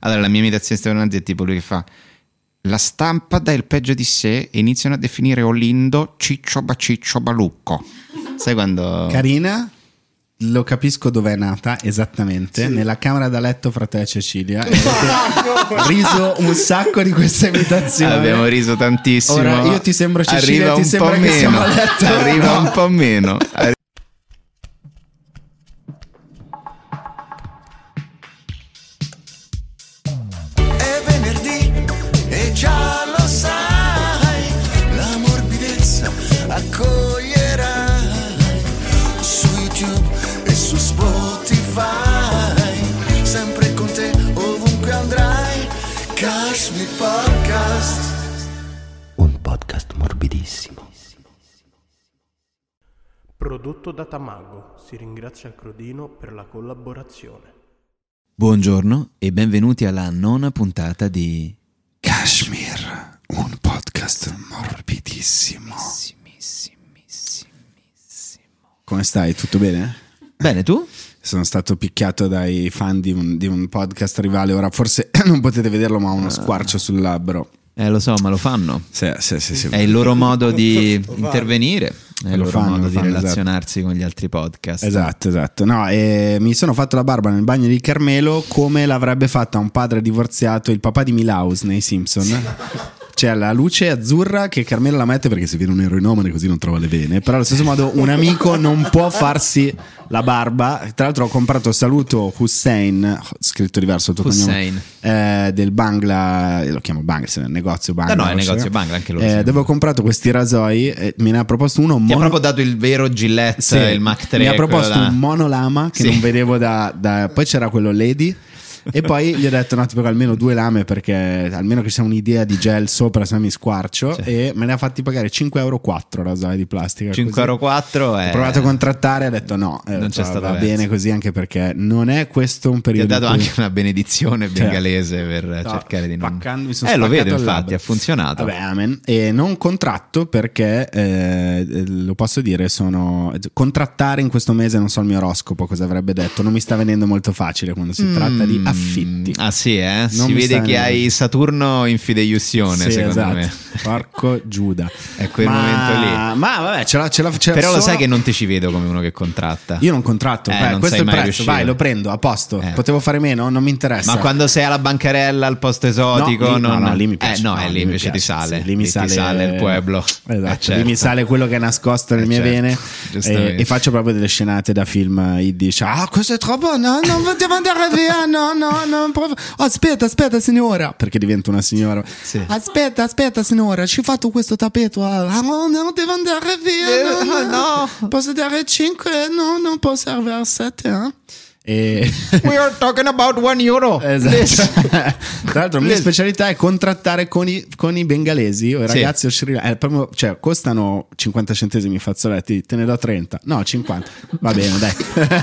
Allora la mia imitazione di Stefano Nazzi è tipo lui che fa: la stampa dà il peggio di sé e iniziano a definire Olindo Ciccio Baciccio Balucco. Sai quando... Carina, lo capisco dove è nata esattamente, sì. Nella camera da letto fra te e Cecilia. Ho riso un sacco di questa imitazione. Abbiamo riso tantissimo. Ora io ti sembro Cecilia, arriva ti sembra che siamo a letto. Arriva un po' meno. È venerdì e già lo sai, la morbidezza accoglierai su YouTube e su Spotify, sempre con te ovunque andrai. Kashmir Podcast, un podcast morbidissimo. Prodotto da Tamago, si ringrazia il Crodino per la collaborazione. Buongiorno e benvenuti alla 9ª puntata di Kashmir, un podcast morbidissimo. Come stai? Tutto bene? Bene, tu? Sono stato picchiato dai fan di un podcast rivale. Ora forse non potete vederlo, ma ho uno squarcio sul labbro. Lo so, ma lo fanno. Sì. È il loro modo di intervenire, è il loro modo di relazionarsi esatto. con gli altri podcast. Esatto. No, mi sono fatto la barba nel bagno di Carmelo come l'avrebbe fatta un padre divorziato, il papà di Milhouse nei Simpson. Sì. C'è la luce azzurra che Carmelo la mette perché se viene un eroinomane così non trova le vene. Però allo stesso modo un amico non può farsi la barba. Tra l'altro ho comprato Saluto Hussein, scritto diverso il tuo cognome, del Bangla, lo chiamo Bangla, se è un negozio Bangla. No, è il negozio Bangla, anche loro. Dove ho comprato questi rasoi, me ne ha proposto uno. Ti ha proprio dato il vero Gillette, sì, il Mach 3. Mi ha proposto un monolama che non vedevo da... Poi c'era quello Lady. E poi gli ho detto no, tipo almeno 2 lame, perché almeno che sia un'idea di gel sopra, se no mi squarcio. Sì. E me ne ha fatti pagare 5,4 € rasoi di plastica. 5,4 € Ho provato a contrattare, ho detto no, non c'è stato va bene così, anche perché non è questo un periodo. Ti ha dato anche una benedizione bengalese per cercare di non... lo vedo, infatti ha funzionato. Vabbè, amen. E non contratto perché lo posso dire, sono contrattare in questo mese, non so il mio oroscopo cosa avrebbe detto, non mi sta venendo molto facile quando si tratta di affitti. Ah sì, si vede che hai Saturno in fideiussione, secondo me. Porco Giuda. È quel momento lì. Ma vabbè, ce l'ha però lo sai che non ti ci vedo come uno che contratta. Io non contratto, non questo è il prezzo, riuscito. vai, lo prendo, a posto. Potevo fare meno, non mi interessa. Ma quando sei alla bancarella al posto esotico, lì mi piace. Lì invece ti sale. Sì, lì mi sale il pueblo. Esatto, certo. Lì mi sale quello che è nascosto nelle mie vene e faccio proprio delle scenate da film yiddish. Questo è troppo, no, devo andare via, no, aspetta signora, perché divento una signora. Sì. Aspetta signora, ci ho fatto questo tappeto. No, devo andare via. No. Posso dare 5? No, non posso arrivare a 7. We are talking about €1. Esatto. Tra l'altro la mia specialità è contrattare con i bengalesi o i ragazzi proprio, cioè costano 50 centesimi i fazzoletti, te ne do 30, no 50, va bene dai.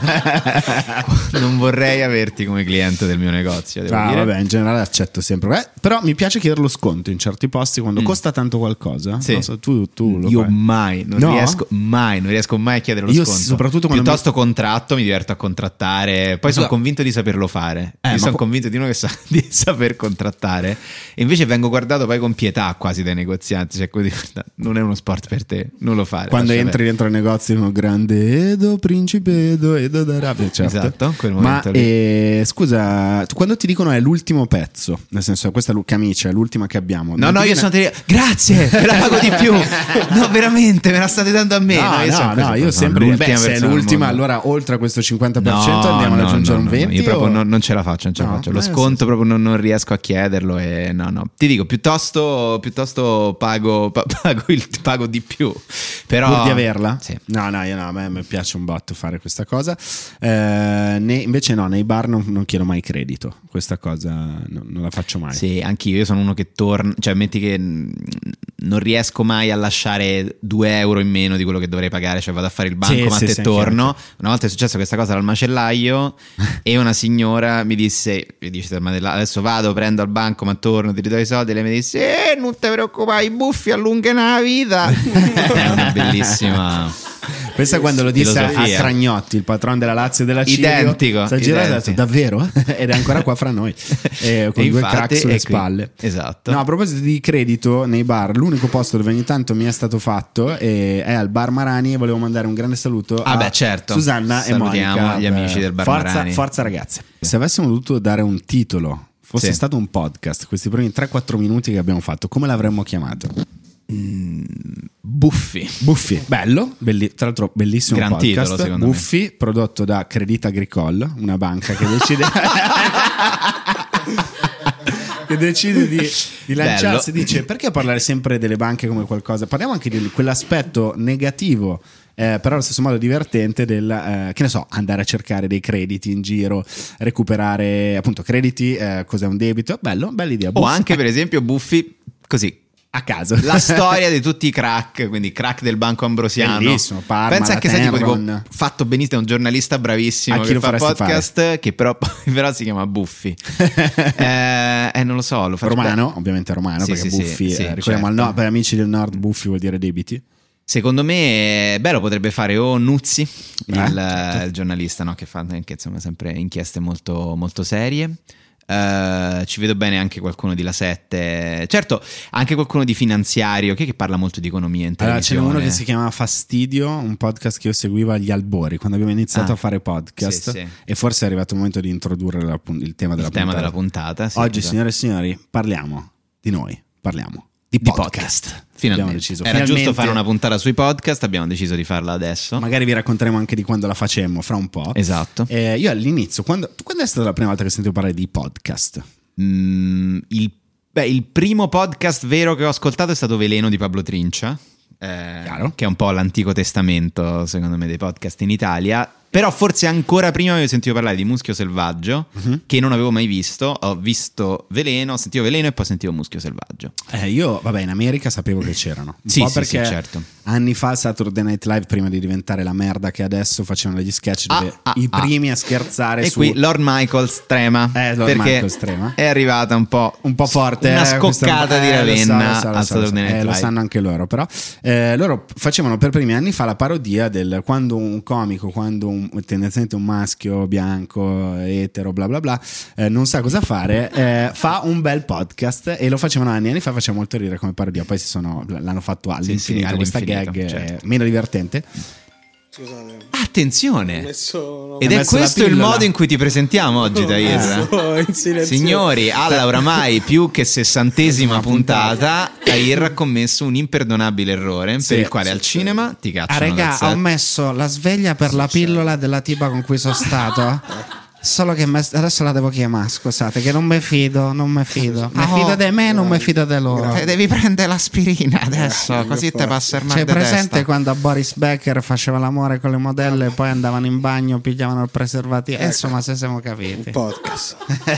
Non vorrei averti come cliente del mio negozio, devo dire. Vabbè, in generale accetto sempre, però mi piace chiedere lo sconto in certi posti quando costa tanto qualcosa. Sì. Non so, tu lo io fai. non riesco mai a chiedere lo sconto. Soprattutto quando piuttosto contratto, mi diverto a contrattare. Poi sono convinto di saperlo fare. Io sono convinto di uno che sa di saper contrattare. E invece vengo guardato poi con pietà quasi dai negozianti. Cioè, non è uno sport per te, non lo fare. Quando entri dentro il negozio uno grande Edo Principe Edo d'Arabia, certo. Esatto, quel momento lì. Scusa, quando ti dicono è l'ultimo pezzo, nel senso questa camicia è l'ultima che abbiamo. No, io sono grazie, me la pago di più. No, veramente, me la state dando a me. Io sempre se è l'ultima, allora oltre a questo 50% andiamo ad aggiungere un 20. Io proprio non ce la faccio, Lo sconto proprio non riesco a chiederlo e no. Ti dico, piuttosto pago di più. Però pur di averla? Sì. No, a me mi piace un botto fare questa cosa. Invece nei bar non chiedo mai credito. Questa cosa non la faccio mai. Sì, anch'io. Io sono uno che torna, cioè metti che non riesco mai a lasciare €2 in meno di quello che dovrei pagare, cioè vado a fare il bancomat e torno. Una volta è successa questa cosa al macellaio e una signora mi disse, adesso vado, prendo al bancomat, torno, ti ridò i soldi, e lei mi disse non ti preoccupare, i buffi allungano la vita. È una bellissima Pensa quando lo disse a Cragnotti, il patron della Lazio e della Cirio. Identico. Si è girato e ha detto, davvero? Ed è ancora qua fra noi, con due crack sulle spalle. Esatto. No, a proposito di credito nei bar, l'unico posto dove ogni tanto mi è stato fatto è al Bar Marani, e volevo mandare un grande saluto a Susanna e Monica. Salutiamo gli amici del Bar Marani. Forza ragazze. Se avessimo dovuto dare un titolo, fosse stato un podcast, questi primi 3-4 minuti che abbiamo fatto, come l'avremmo chiamato? Buffi, bello, tra l'altro bellissimo gran podcast. Titolo, secondo Buffi, me. Prodotto da Crédit Agricole, una banca che decide che decide di lanciarsi. Dice, perché parlare sempre delle banche come qualcosa? Parliamo anche di quell'aspetto negativo, però allo stesso modo divertente del che ne so, andare a cercare dei crediti in giro, recuperare appunto crediti, cos'è un debito. Bella idea. O anche per esempio Buffi così a caso, la storia di tutti i crack, quindi crack del Banco Ambrosiano. Bellissimo, Parma, pensa che sia tipo fatto benissimo, un giornalista bravissimo che fa podcast che però si chiama Buffi. Non lo so, lo faccio romano, ovviamente romano, sì, perché sì, Buffi, sì, ricordiamo certo. Per amici del nord Buffi vuol dire debiti. Secondo me bello potrebbe fare o Nuzzi, il giornalista, no, che fa anche insomma sempre inchieste molto, molto serie. Ci vedo bene anche qualcuno di La 7, certo, anche qualcuno di Finanziario che parla molto di economia in televisione. C'è uno che si chiama Fastidio, un podcast che io seguivo agli albori quando abbiamo iniziato a fare podcast, sì. E forse è arrivato il momento di introdurre il tema della puntata. Sì, oggi, esatto. Signore e signori, parliamo di noi, parliamo di podcast. Finalmente. Era giusto fare una puntata sui podcast, abbiamo deciso di farla adesso. Magari vi racconteremo anche di quando la facemmo fra un po'. Esatto. Io all'inizio, quando è stata la prima volta che sentivo parlare di podcast? Il primo podcast vero che ho ascoltato è stato Veleno di Pablo Trincia, che è un po' l'Antico Testamento secondo me dei podcast in Italia. Però forse ancora prima avevo sentito parlare di Muschio Selvaggio, che non avevo mai visto. Ho visto Veleno, sentivo Veleno e poi sentivo Muschio Selvaggio. Io, in America sapevo che c'erano. Un po' perché certo. Anni fa Saturday Night Live, prima di diventare la merda che adesso, facevano degli sketch dove i primi a scherzare e qui Lord Michaels trema, perché è arrivata un po' forte, una scoccata di Ravenna al Saturday Night Live. Lo sanno anche loro, però loro facevano per primi anni fa la parodia del quando un comico, tendenzialmente un maschio bianco etero bla bla bla non sa cosa fare, fa un bel podcast, e lo facevano anni fa, faceva molto ridere come parodia. Poi l'hanno fatto all'infinito, questa gag, certo. Meno divertente. Scusate. Attenzione. Ed è questo il modo in cui ti presentiamo oggi, Tahir. Signori, alla oramai più che 60ª puntata, Tahir ha commesso un imperdonabile errore, per il quale al cinema ti cacciano. Ho messo la sveglia per la pillola della tipa con cui sono stato. Solo che adesso la devo chiamare, scusate, che non mi fido. Mi fido di me, non mi fido di loro. Devi prendere l'aspirina adesso, così te passa il mal di testa. C'è presente quando a Boris Becker faceva l'amore con le modelle e poi andavano in bagno, pigliavano il preservativo? Insomma, se siamo capiti. Il podcast.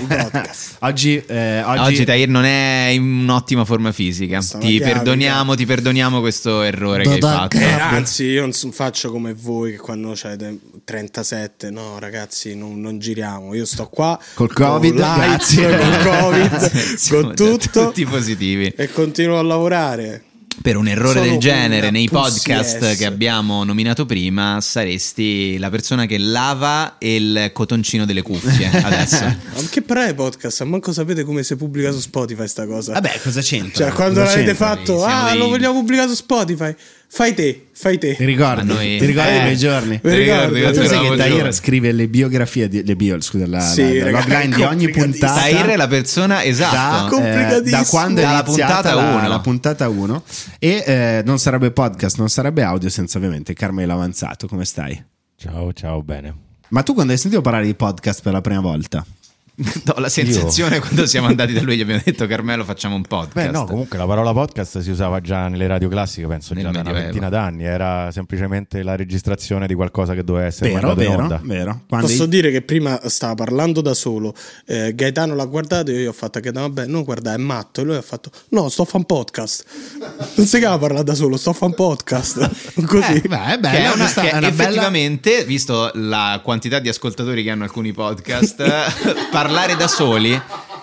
Oggi Tahir non è in un'ottima forma fisica. Ti perdoniamo questo errore che hai fatto. Anzi, io non faccio come voi che quando avete 37, no ragazzi, non giriamo. Io sto qua col Covid, grazie. Col Covid, con tutto, tutti positivi, e continuo a lavorare. Per un errore del genere nei podcast che abbiamo nominato prima saresti la persona che lava il cotoncino delle cuffie adesso. Ma che però è podcast? Manco sapete come si pubblica su Spotify sta cosa. Vabbè, cosa c'entra? Cioè, quando l'avete fatto, lo vogliamo pubblicare su Spotify. Fai te. Ti ricordi quei giorni? Tu sai che Tahir scrive le biografie la logline di ogni puntata. Tahir è la persona esatta, da quando è iniziata la puntata 1, e non sarebbe podcast, non sarebbe audio senza ovviamente Carmelo Avanzato. Come stai? Ciao, bene. Ma tu quando hai sentito parlare di podcast per la prima volta? No, la sensazione quando siamo andati da lui gli abbiamo detto Carmelo facciamo un podcast. Beh no, comunque la parola podcast si usava già nelle radio classiche, penso già da una ventina d'anni. Era semplicemente la registrazione di qualcosa che doveva essere mandato in onda. Vero. Posso dire che prima stava parlando da solo, Gaetano l'ha guardato e io ho fatto a Gaetano vabbè non guarda è matto, e lui ha fatto no sto a fare un podcast. Non si chiama parlare da solo, sto a fare un podcast. Così è bello, che effettivamente visto la quantità di ascoltatori che hanno alcuni podcast parlare da soli è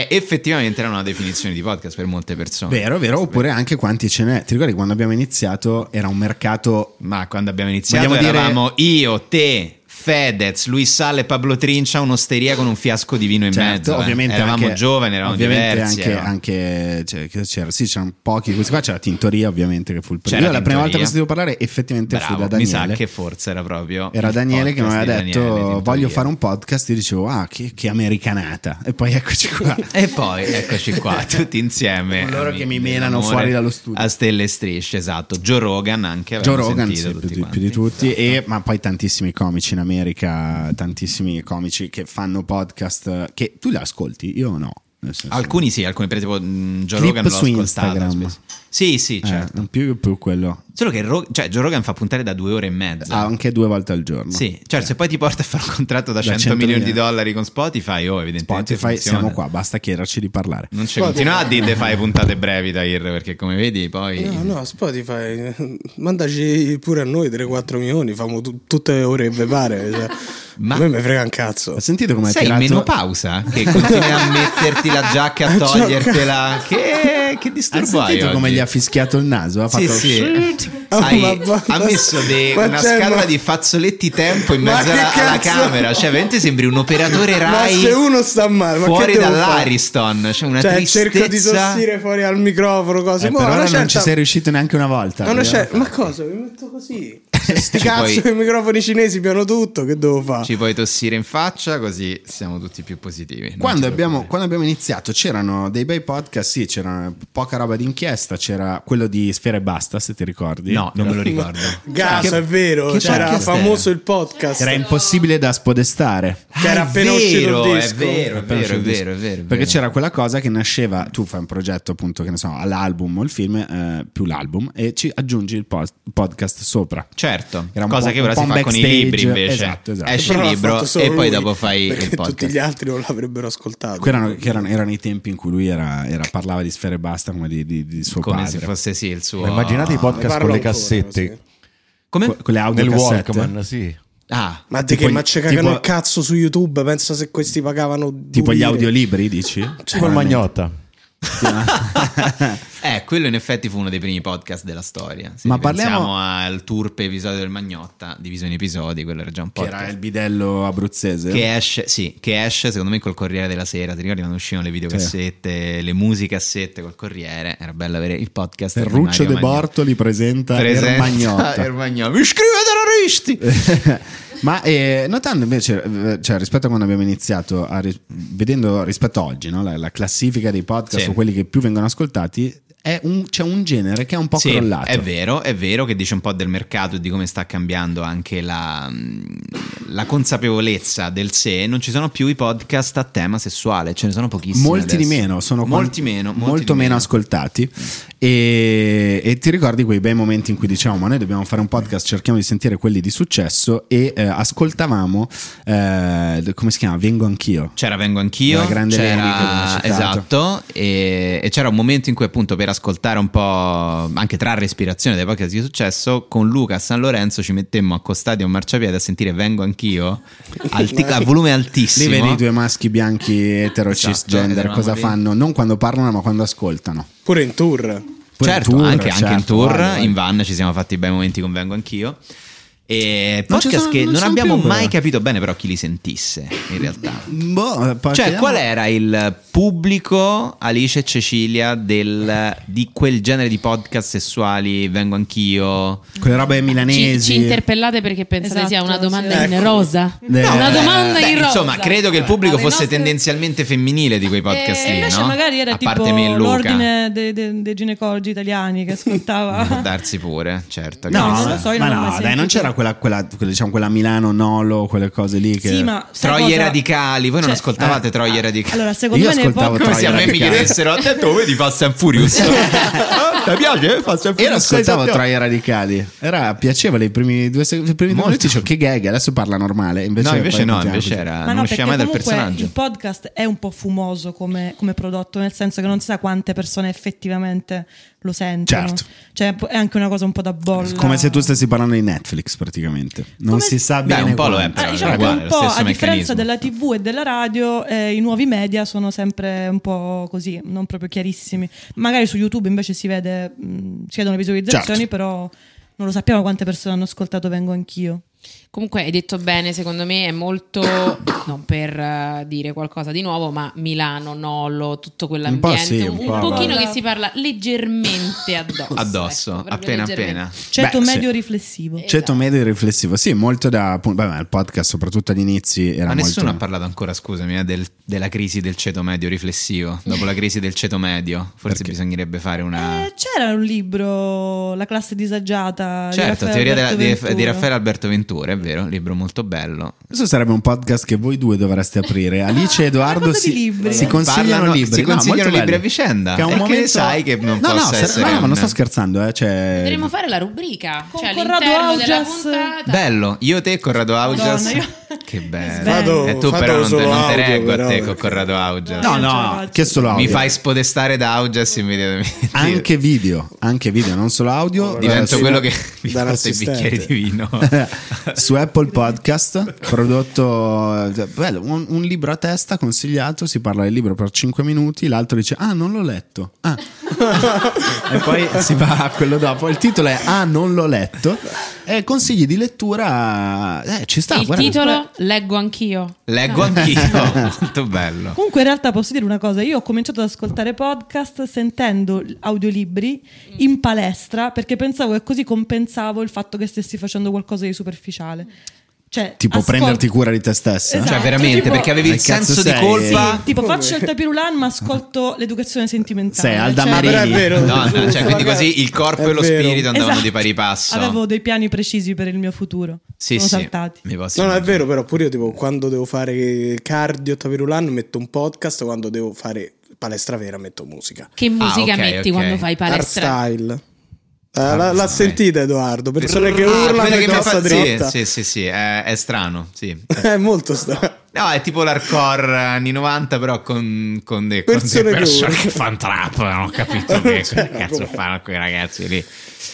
effettivamente era una definizione di podcast per molte persone. Vero, oppure anche quanti ce n'è. Ti ricordi quando abbiamo iniziato era un mercato... Ma quando abbiamo iniziato eravamo io, te, Fedez, Luis Sale e Pablo Trincia, un'osteria con un fiasco di vino in mezzo. Ovviamente eravamo anche, giovani, eravamo diversi. Anche c'erano pochi, questi qua c'era Tintoria ovviamente che fu il primo. Io la prima volta che sentivo parlare effettivamente fu da Daniele. Mi sa che forse era proprio Daniele che mi aveva detto voglio fare un podcast, io dicevo che americanata, e poi eccoci qua. E poi eccoci qua tutti insieme. Con loro che mi menano fuori dallo studio a stelle e strisce, esatto. Joe Rogan anche. Joe Rogan sì, più di tutti, ma poi tantissimi comici in America, tantissimi comici che fanno podcast che tu li ascolti, io no. Alcuni sì, alcuni per esempio Joe Rogan l'ho ascoltato Instagram. Sì, certo. Più quello. Solo che Joe Rogan fa puntare da 2 ore e mezza. Anche 2 volte al giorno. Sì, certo, se poi ti porta a fare un contratto da 100 milioni di dollari con Spotify, evidentemente Spotify funziona. siamo qua, basta chiederci di parlare. Non ci continua a dire fai puntate brevi, Tahir, perché come vedi poi... No, Spotify, mandaci pure a noi 3-4 milioni, famo tutte le ore che vi pare, cioè. Ma a me mi frega un cazzo. Ho sentito come sei in menopausa? Che continui a metterti la giacca, a togliertela. Che disturbo hai? Hai sentito come gli ha fischiato il naso? Ha fatto ha messo una scatola di fazzoletti tempo in mezzo alla camera. Cioè veramente sembri un operatore Rai. Ma se uno sta male, fuori dall'Ariston, c'è una tristezza. Cerco di tossire fuori al microfono, cose. Però non ci sei riuscito neanche una volta. Ma cosa? Mi metto così. Sti cazzo i microfoni cinesi piano tutto, che devo fare? Ci puoi tossire in faccia così siamo tutti più positivi. Quando abbiamo iniziato c'erano dei bei podcast, sì, c'era poca roba d'inchiesta, c'era quello di Sfera e Basta, se ti ricordi. No, non me lo ricordo. Gaso, è vero, c'era famoso il podcast. Era impossibile da spodestare. Che era appena uscito il disco. È vero. Perché c'era quella cosa che nasceva, tu fai un progetto appunto, che ne so, all'album o il film, più l'album, e ci aggiungi il podcast sopra. Certo, cosa che ora si fa con i libri invece. Esatto. Esce il libro e poi dopo fai il podcast. Tutti gli altri non l'avrebbero ascoltato. Erano i tempi in cui lui parlava di Sfera e Basta come di suo come padre. Come se fosse il suo... Immaginate i podcast con le cassette. Sì. Come? Con le audio nel cassette. Walkman, sì. Ma ci cagano il cazzo su YouTube? Pensa se questi pagavano tipo gli audiolibri, dici? Tipo il Magnotta. Quello in effetti fu uno dei primi podcast della storia. Se ma pensiamo al turpe episodio del Magnotta, diviso in episodi, quello era già un podcast. Che era il bidello abruzzese. Che esce secondo me col Corriere della Sera. Ti ricordi quando uscivano le videocassette, le musicassette col Corriere? Era bello avere il podcast. Ferruccio De Bortoli presenta il Magnotta. Mi scrive terroristi! Ma notando invece, cioè, rispetto a quando abbiamo iniziato, vedendo rispetto a oggi, no? la classifica dei podcast o quelli che più vengono ascoltati, c'è un genere che è un po' crollato. È vero che dice un po' del mercato e di come sta cambiando anche la consapevolezza del sé. Non ci sono più i podcast a tema sessuale, ce ne sono pochissimi. Molti di meno, sono molto meno ascoltati. E ti ricordi quei bei momenti in cui diciamo ma noi dobbiamo fare un podcast, cerchiamo di sentire quelli di successo, e ascoltavamo come si chiama? Vengo Anch'io. C'era Vengo Anch'io, la grande Leni, esatto, e c'era un momento in cui appunto per ascoltare un po', anche trarre ispirazione dai podcast di successo, con Luca a San Lorenzo ci mettemmo accostati a un marciapiede a sentire Vengo Anch'io a volume altissimo. Lì vedi i due maschi bianchi etero cisgender cosa fanno, non quando parlano ma quando ascoltano. Pure in tour. Certo, anche in tour, in van ci siamo fatti bei momenti con Vengo Anch'io. E podcast che non abbiamo mai capito bene però chi li sentisse in realtà. Cioè qual era il pubblico, Alice e Cecilia, di quel genere di podcast sessuali? Vengo Anch'io, quelle robe milanesi. Ci interpellate perché pensate sia una domanda in rosa. Una domanda in rosa. Insomma, credo che il pubblico fosse tendenzialmente femminile di quei podcast lì, invece no? magari era a tipo parte me e Luca. l'ordine dei ginecologi italiani che ascoltava. Può darsi pure, certo. Non lo so, io ma non l'ho mai no, dai, sentito. non c'era quella Milano Nolo, quelle cose lì che... Sì, ma Troie radicali, voi non ascoltavate Troie radicali? Allora, secondo me nei podcast, come se a me mi chiedessero attento, vedi Fast and Furious. Ti piace Fast and Furious? Io lo ascoltavo Troie radicali, era piacevole i primi due minuti, dicevo che gag, adesso parla normale, invece era, ma non usciva mai dal personaggio. Il podcast è un po' fumoso come prodotto, nel senso che non si sa quante persone effettivamente lo sentono. Certo. Cioè è anche una cosa un po' da bolla. Come se tu stessi parlando di Netflix praticamente. Non si sa bene. Un po' lo è, però diciamo che un po' a differenza della TV e della radio, i nuovi media sono sempre un po' così, non proprio chiarissimi. Magari su YouTube invece si vedono visualizzazioni, certo. Però non lo sappiamo quante persone hanno ascoltato Vengo Anch'io. Comunque hai detto bene, secondo me è molto, non per dire qualcosa di nuovo, ma Milano, Nolo, tutto quell'ambiente, un pochino che si parla leggermente addosso, ecco, appena. Ceto medio riflessivo. Esatto. Ceto medio riflessivo, sì, molto il podcast soprattutto agli inizi era ma nessuno molto... ha parlato ancora, scusami, della crisi del ceto medio riflessivo. Dopo la crisi del ceto medio forse bisognerebbe fare una... c'era un libro, La classe disagiata, certo, di teoria di Raffaele Alberto Ventura, è vero, libro molto bello. Questo sarebbe un podcast che voi due dovreste aprire. Alice e Edoardo si consigliano libri. Si consigliano libri a vicenda. Che, che sai che non possa essere. No, ma non sto scherzando. Potremmo fare la rubrica, con cioè Corrado all'interno Augias. della puntata. Bello, io te Corrado Augias. Madonna, che bello. E tu però non te reggo a te con Corrado Augias. No, che solo audio. Mi fai spodestare da Augias immediatamente. Anche video, non solo audio. Divento quello che mi porta i bicchieri di vino. Su Apple Podcast, prodotto bello, un libro a testa consigliato, si parla del libro per 5 minuti, l'altro dice non l'ho letto. E poi si va a quello dopo, il titolo è non l'ho letto, e consigli di lettura, ci sta. Il titolo Leggo Anch'io. Molto bello. Comunque in realtà posso dire una cosa, io ho cominciato ad ascoltare podcast sentendo audiolibri in palestra, perché pensavo che così compensavo il fatto che stessi facendo qualcosa di superficiale. Cioè, tipo prenderti cura di te stessa, esatto, cioè veramente, tipo, perché avevi il senso di colpa. Sì, tipo faccio il tapirulan ma ascolto l'educazione sentimentale. Sei Alda Marini. Però è vero. No, cioè, quindi così il corpo e lo spirito andavano di pari passo. Avevo dei piani precisi per il mio futuro. Sono saltati. No, è vero, però pure io tipo quando devo fare cardio tapirulan metto un podcast, quando devo fare palestra vera metto musica. Che musica metti quando fai palestra? Hardstyle. L'ha sentita Edoardo, persone che urlano e grossa dritta. Sì, è strano, sì. È molto strano. No, è tipo l'hardcore anni 90, però con delle persone che fanno trap. Non ho capito che cazzo fanno quei ragazzi lì.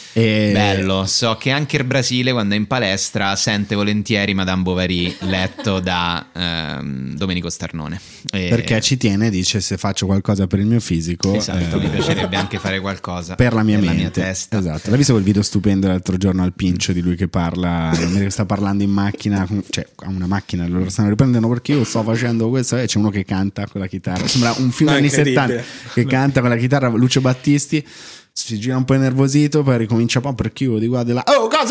Bello, so che anche il Brasile quando è in palestra sente volentieri Madame Bovary letto da Domenico Starnone, perché ci tiene, dice: se faccio qualcosa per il mio fisico, esatto, mi piacerebbe anche fare qualcosa per la mia mente, la mia testa. Esatto. L'hai visto quel video stupendo l'altro giorno al Pincio di lui che parla, sta parlando in macchina, cioè ha una macchina, loro stanno riprendendo perché io sto facendo questo, e c'è uno che canta con la chitarra, sembra un film anni 70 che canta con la chitarra, Lucio Battisti. Si gira un po' innervosito, poi ricomincia un po' perché io di qua di là. Cosa?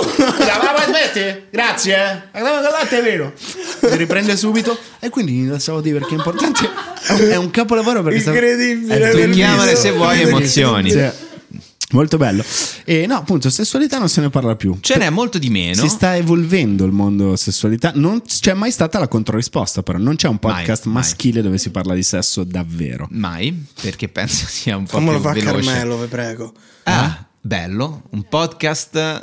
Ma smetti? Grazie. È vero. Si riprende subito. E quindi lo stavo dire perché è importante. È un capolavoro perché incredibile. Chiamale se vuoi emozioni. Sì. Molto bello. E no, appunto, sessualità non se ne parla più. Ce n'è molto di meno. Si sta evolvendo il mondo sessualità. Non c'è mai stata la controrisposta, però non c'è un podcast maschile dove si parla di sesso davvero. Mai, perché penso sia un po' come più veloce. Come lo fa Carmelo, vi prego. Bello, un podcast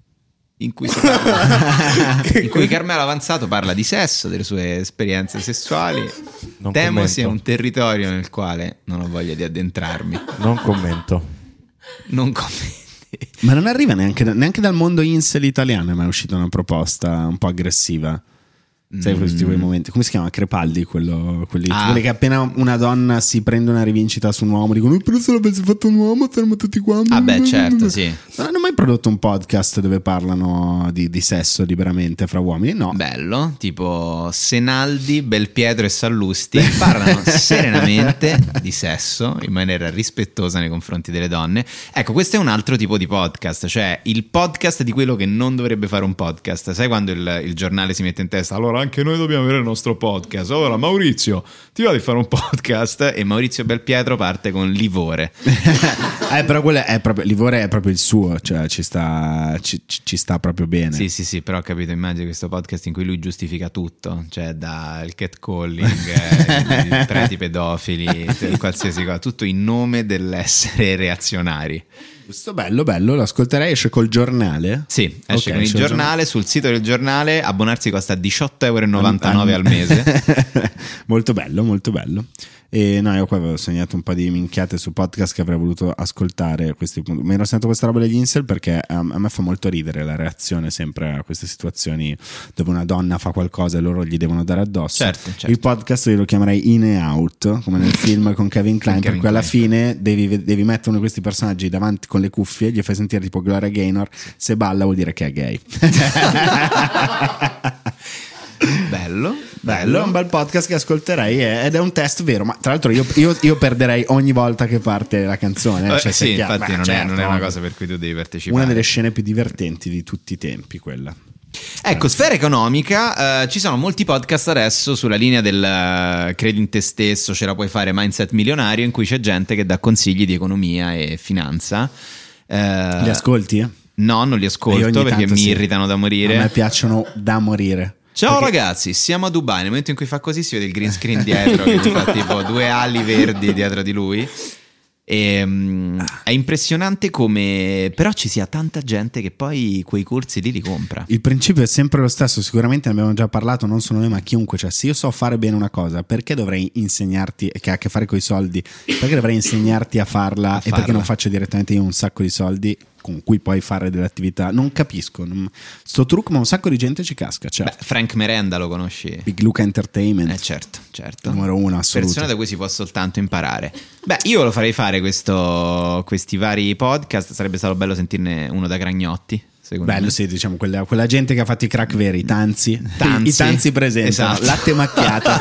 in cui si parla in cui Carmelo Avanzato parla di sesso, delle sue esperienze sessuali. Non Temo commento. sia un territorio nel quale non ho voglia di addentrarmi. Non commento. Non commenti. Ma non arriva neanche dal mondo incel italiano, è mai uscita una proposta un po' aggressiva. Sai questi momenti, come si chiama? Crepaldi, quelli che appena una donna si prende una rivincita su un uomo dicono: però se l'avessi fatto un uomo saremmo tutti qua. Certo, sì. Non hanno mai prodotto un podcast dove parlano di sesso liberamente fra uomini? No. Bello, tipo Senaldi, Belpietro e Sallusti parlano serenamente di sesso in maniera rispettosa nei confronti delle donne. Ecco, questo è un altro tipo di podcast, cioè il podcast di quello che non dovrebbe fare un podcast. Sai quando il giornale si mette in testa: allora anche noi dobbiamo avere il nostro podcast. Allora Maurizio, ti va di fare un podcast? E Maurizio Belpietro parte con Livore. Però quello è proprio, Livore è proprio il suo, cioè ci sta proprio bene. Sì, però ho capito, immagino questo podcast in cui lui giustifica tutto, cioè dal catcalling, i preti pedofili, qualsiasi cosa, tutto in nome dell'essere reazionari. Questo bello, lo ascolterei. Esce col giornale? Sì, esce con il giornale. Sul sito del giornale abbonarsi costa €18,99 al mese. Molto bello, molto bello. E no, io qua avevo segnato un po' di minchiate su podcast che avrei voluto ascoltare. Mi ero segnato questa roba degli incel perché a me fa molto ridere la reazione sempre a queste situazioni dove una donna fa qualcosa e loro gli devono dare addosso. Certo. Il podcast io lo chiamerei In e Out, come nel film con Kevin Kline, per cui alla fine devi mettere uno di questi personaggi davanti con le cuffie, gli fai sentire tipo Gloria Gaynor, se balla vuol dire che è gay. Bello, è un bel podcast che ascolterei ed è un test vero, ma tra l'altro io perderei ogni volta che parte la canzone. Sì, infatti non è una cosa per cui tu devi partecipare. Una delle scene più divertenti di tutti i tempi, quella. Ecco, Sfera Economica, ci sono molti podcast adesso sulla linea del credi in te stesso, ce la puoi fare, mindset milionario, in cui c'è gente che dà consigli di economia e finanza. Li ascolti? No, non li ascolto perché mi irritano da morire. A me piacciono da morire. Ciao ragazzi, siamo a Dubai. Nel momento in cui fa così si vede il green screen dietro che fa tipo 2 ali verdi dietro di lui. È impressionante come però ci sia tanta gente che poi quei corsi lì li compra. Il principio è sempre lo stesso, sicuramente ne abbiamo già parlato, non solo noi ma chiunque. Cioè, se io so fare bene una cosa, perché dovrei insegnarti, che ha a che fare con i soldi, perché dovrei insegnarti a farla e perché non faccio direttamente io un sacco di soldi con cui puoi fare delle attività? Non capisco sto trucco, ma un sacco di gente ci casca. Certo. Beh, Frank Merenda lo conosci? Big Luca Entertainment, certo numero 1 assoluto, persona da cui si può soltanto imparare. Beh, io lo farei fare questi vari podcast. Sarebbe stato bello sentirne uno da Gragnotti. Bello, me. Sì, diciamo quella gente che ha fatto i crack veri, i Tanzi presentano, esatto. Latte macchiato.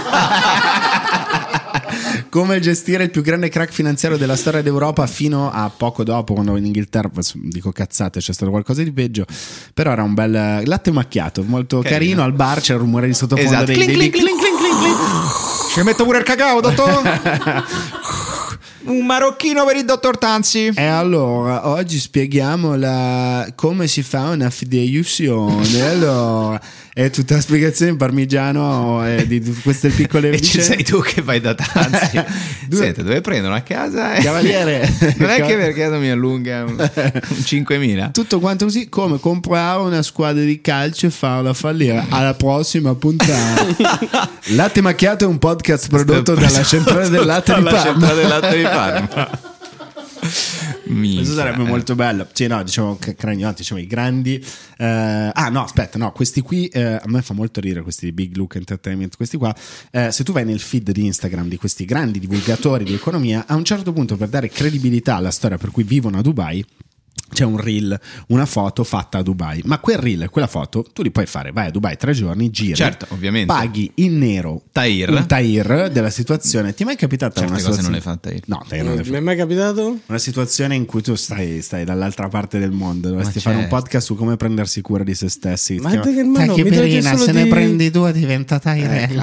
Come gestire il più grande crack finanziario della storia d'Europa fino a poco dopo, quando in Inghilterra, dico cazzate, c'è stato qualcosa di peggio, però era un bel latte macchiato, molto carino. Al bar c'è il rumore di sottofondo, esatto. dei Clink, clink, clink, clink, clink, clink. Ci metto pure il cacao, dottor? Un marocchino per il dottor Tanzi. E allora oggi spieghiamo come si fa una fideiussione. Allora è tutta la spiegazione in parmigiano di queste piccole e ci sei tu che vai da Tanzi. Senti, dove prendono a casa? Cavaliere, non è che perché mi allunga un 5.000. Tutto quanto così, come comprare una squadra di calcio e farla fallire. Alla prossima puntata. Latte macchiato è un podcast prodotto dalla centrale del latte di Parma. Questo sarebbe molto bello. Sì, no, diciamo Cragnotti, diciamo i grandi. Questi qui a me fa molto ridere, questi di Big Look Entertainment. Questi qua, se tu vai nel feed di Instagram di questi grandi divulgatori di economia, a un certo punto, per dare credibilità alla storia per cui vivono a Dubai, c'è un reel, una foto fatta a Dubai, ma quel reel e quella foto tu li puoi fare, vai a Dubai 3 giorni, giri, certo, ovviamente, paghi in nero un Tahir della situazione. Ti è mai capitata certe una cose situazione? non le fa Tahir? No, Tahir non le fa. Mi è mai capitato? Una situazione in cui tu stai dall'altra parte del mondo, dovresti fare un podcast su come prendersi cura di se stessi. Ma che perina, se ne prendi 2 diventa Tahir.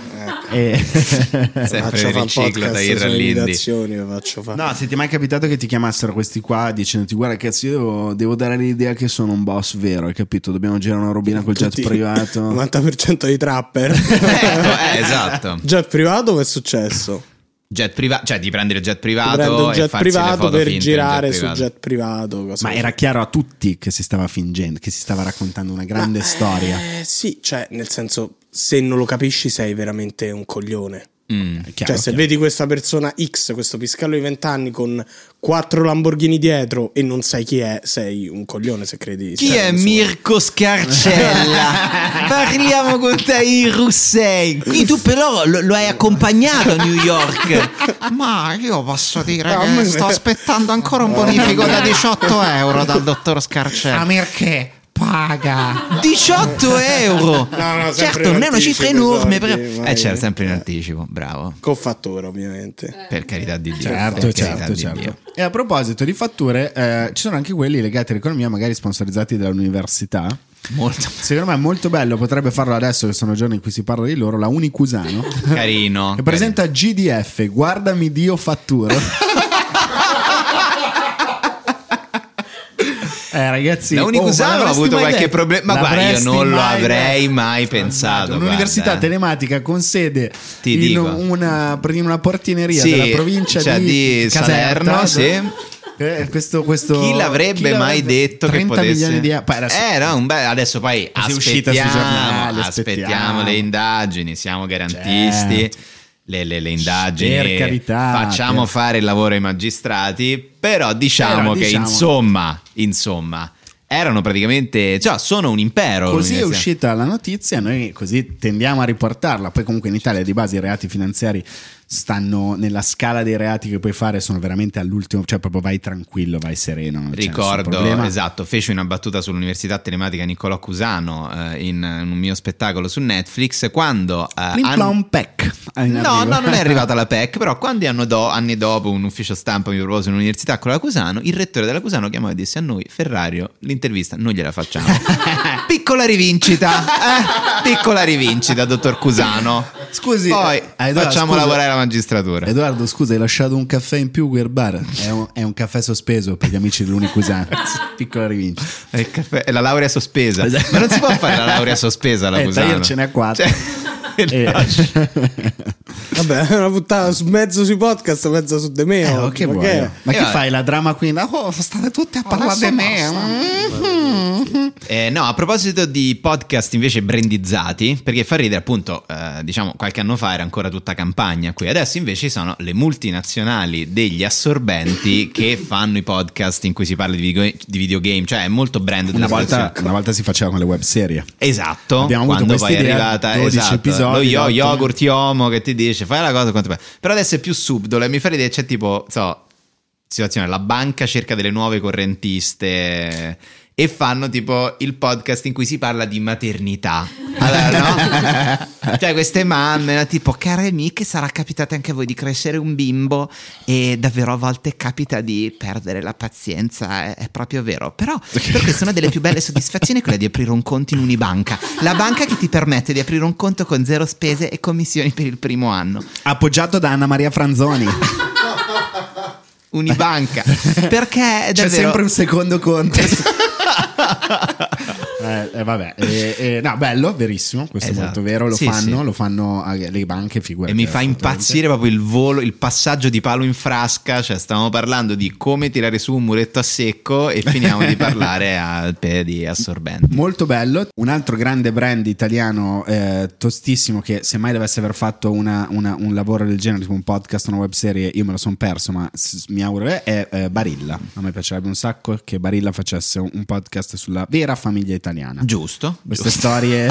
Sempre il ciclo Tahir all'Indy. No, se ti è mai capitato che ti chiamassero questi qua dicendoti guarda cazzo, io devo dare l'idea che sono un boss vero, hai capito? Dobbiamo girare una robina col jet privato. 90% dei trapper. Esatto. Jet privato, che è successo? Jet privato, cioè di prendere il jet privato, prendo il jet privato per girare jet su jet privato. Ma era chiaro a tutti che si stava fingendo, che si stava raccontando una grande storia. Sì, cioè nel senso, se non lo capisci sei veramente un coglione. Chiaro, se vedi questa persona X, questo piscallo di 20 anni con 4 Lamborghini dietro e non sai chi è, sei un coglione se credi. Chi è Mirko Scarcella? Parliamo con Tahir Hussein. Qui tu però lo hai accompagnato a New York. Ma io posso dire che sto aspettando ancora un bonifico da 18 euro dal dottor Scarcella. Ma perché? Paga 18 euro. No, certo, non è una cifra enorme, c'era sempre in anticipo, bravo. Con fattura, ovviamente. Per carità di Dio. Certo. E a proposito di fatture, ci sono anche quelli legati all'economia, magari sponsorizzati dall'università. Molto. Secondo me è molto bello, potrebbe farlo adesso che sono giorni in cui si parla di loro. La Unicusano carino che presenta GDF, guardami Dio fatturo. Ragazzi, la Unicusano ha avuto qualche problema, ma guarda, io non lo avrei mai pensato. Un'università telematica con sede in una portineria sì, della provincia di Salerno, sì. Questo chi l'avrebbe mai detto 30 che potesse milioni di era un bel, adesso poi aspettiamo le indagini, siamo garantisti. le indagini, facciamo fare il lavoro ai magistrati, però diciamo che insomma erano praticamente, cioè sono un impero. Così è uscita la notizia, noi così tendiamo a riportarla. Poi comunque in Italia di base i reati finanziari stanno nella scala dei reati che puoi fare, sono veramente all'ultimo, cioè proprio vai tranquillo, vai sereno. Ricordo, esatto, feci una battuta sull'Università Telematica Niccolò Cusano in un mio spettacolo su Netflix, quando un PEC. No, non è arrivata la PEC, però quando anni dopo un ufficio stampa mi propose un'università con la Cusano, il rettore della Cusano chiamò e disse: a noi Ferrario l'intervista non gliela facciamo. Piccola rivincita, dottor Cusano. Scusi, poi facciamo lavorare la magistratura. Edoardo, scusa, hai lasciato un caffè in più quel bar? È un caffè sospeso per gli amici dell'Unicusano. Piccola rivincita. È la laurea sospesa. Ma non si può fare la laurea sospesa alla Cusano. Ce n'è 4. Vabbè, è una puntata mezzo sui podcast, mezzo su De me. Ma che fai la drama queen? State tutti a parlare di me. No, a proposito di podcast invece brandizzati, perché fa ridere appunto, diciamo qualche anno fa era ancora tutta campagna qui, adesso invece sono le multinazionali degli assorbenti che fanno i podcast in cui si parla di videogame, cioè è molto brand. Una volta si faceva con le web serie. Esatto. Abbiamo avuto quando poi è arrivata 12 episodi, lo yogurt Iomo che ti dice fai la cosa quanto. Però adesso è più subdolo e mi fa ridere, c'è tipo situazione, la banca cerca delle nuove correntiste e fanno tipo il podcast in cui si parla di maternità. Allora, no? Cioè queste mamme tipo: care amiche, sarà capitato anche a voi di crescere un bimbo e davvero a volte capita di perdere la pazienza, è proprio vero, però per questo una delle più belle soddisfazioni è quella di aprire un conto in Unibanca, la banca che ti permette di aprire un conto con 0 spese e commissioni per il primo anno, appoggiato da Anna Maria Franzoni. Unibanca, perché è davvero... c'è sempre un secondo conto. No, bello, verissimo, questo esatto. È molto vero, lo fanno le banche, figurati. E mi fa impazzire proprio il passaggio di palo in frasca, cioè stavamo parlando di come tirare su un muretto a secco e finiamo di parlare di assorbenti. Molto bello. Un altro grande brand italiano tostissimo che se mai dovesse aver fatto un lavoro del genere, tipo un podcast, una web serie, io me lo sono perso, ma mi auguro è Barilla. A me piacerebbe un sacco che Barilla facesse un podcast sulla vera famiglia italiana. Giusto. Queste storie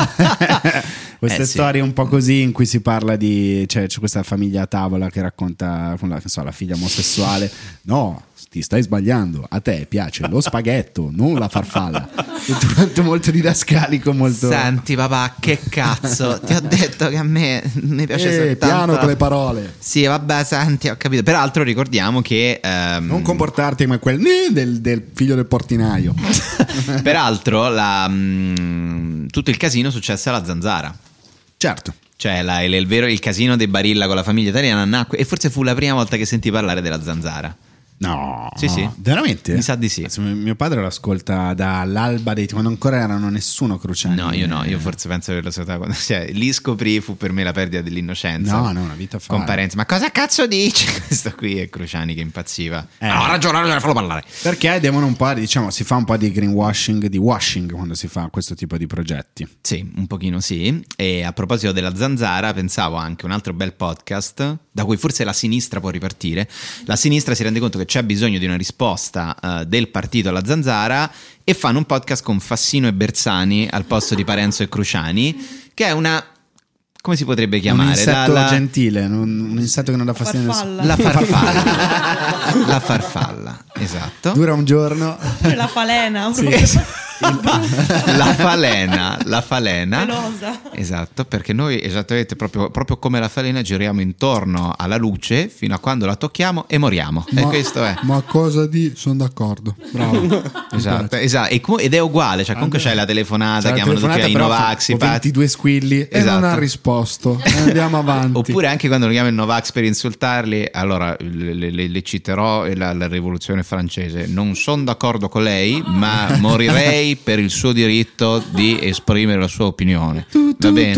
storie un po' così in cui si parla di, cioè c'è questa famiglia a tavola che racconta la figlia omosessuale. No, ti stai sbagliando, a te piace lo spaghetto, non la farfalla. Tutto molto didascalico, molto... Senti papà, che cazzo, ti ho detto che a me mi piace soltanto piano con le parole. Sì, vabbè, senti, ho capito. Peraltro ricordiamo che non comportarti come quel del figlio del portinaio. Peraltro tutto il casino successe alla Zanzara. Certo. Cioè il casino dei Barilla con la famiglia italiana nacque, e forse fu la prima volta che sentì parlare della Zanzara. No, sì. Veramente? Mi sa di sì. Mio padre lo ascolta dall'alba quando ancora erano nessuno Cruciani. No, io forse penso che lo so quando lì scoprì, fu per me la perdita dell'innocenza. No, una vita fa. Con Parenzi, ma cosa cazzo dici? Questo qui è Cruciani che impazziva. Ha ragione, fallo parlare. Perché devono un po', si fa un po' di greenwashing, di washing quando si fa questo tipo di progetti. Sì, un pochino sì. E a proposito della Zanzara, pensavo anche un altro bel podcast da cui forse la sinistra può ripartire. La sinistra si rende conto che c'è bisogno di una risposta del partito alla Zanzara e fanno un podcast con Fassino e Bersani al posto di Parenzo e Cruciani, che è una... come si potrebbe chiamare? Un insetto gentile, un insetto che non dà fastidio. La farfalla. La farfalla, esatto. Dura un giorno. La falena. Sì. La falena pelosa. Esatto, perché noi esattamente proprio come la falena giriamo intorno alla luce fino a quando la tocchiamo e moriamo. E questo è. Ma cosa di? Sono d'accordo. Bravo. Esatto. Ed è uguale, cioè comunque c'è la telefonata, chiamano tutti ai Novax, 22 squilli e non ha risposto. Andiamo avanti. Oppure anche quando lo chiamo il Novax per insultarli, allora le citerò la rivoluzione francese. Non sono d'accordo con lei, ma morirei per il suo diritto di esprimere la sua opinione. Va bene.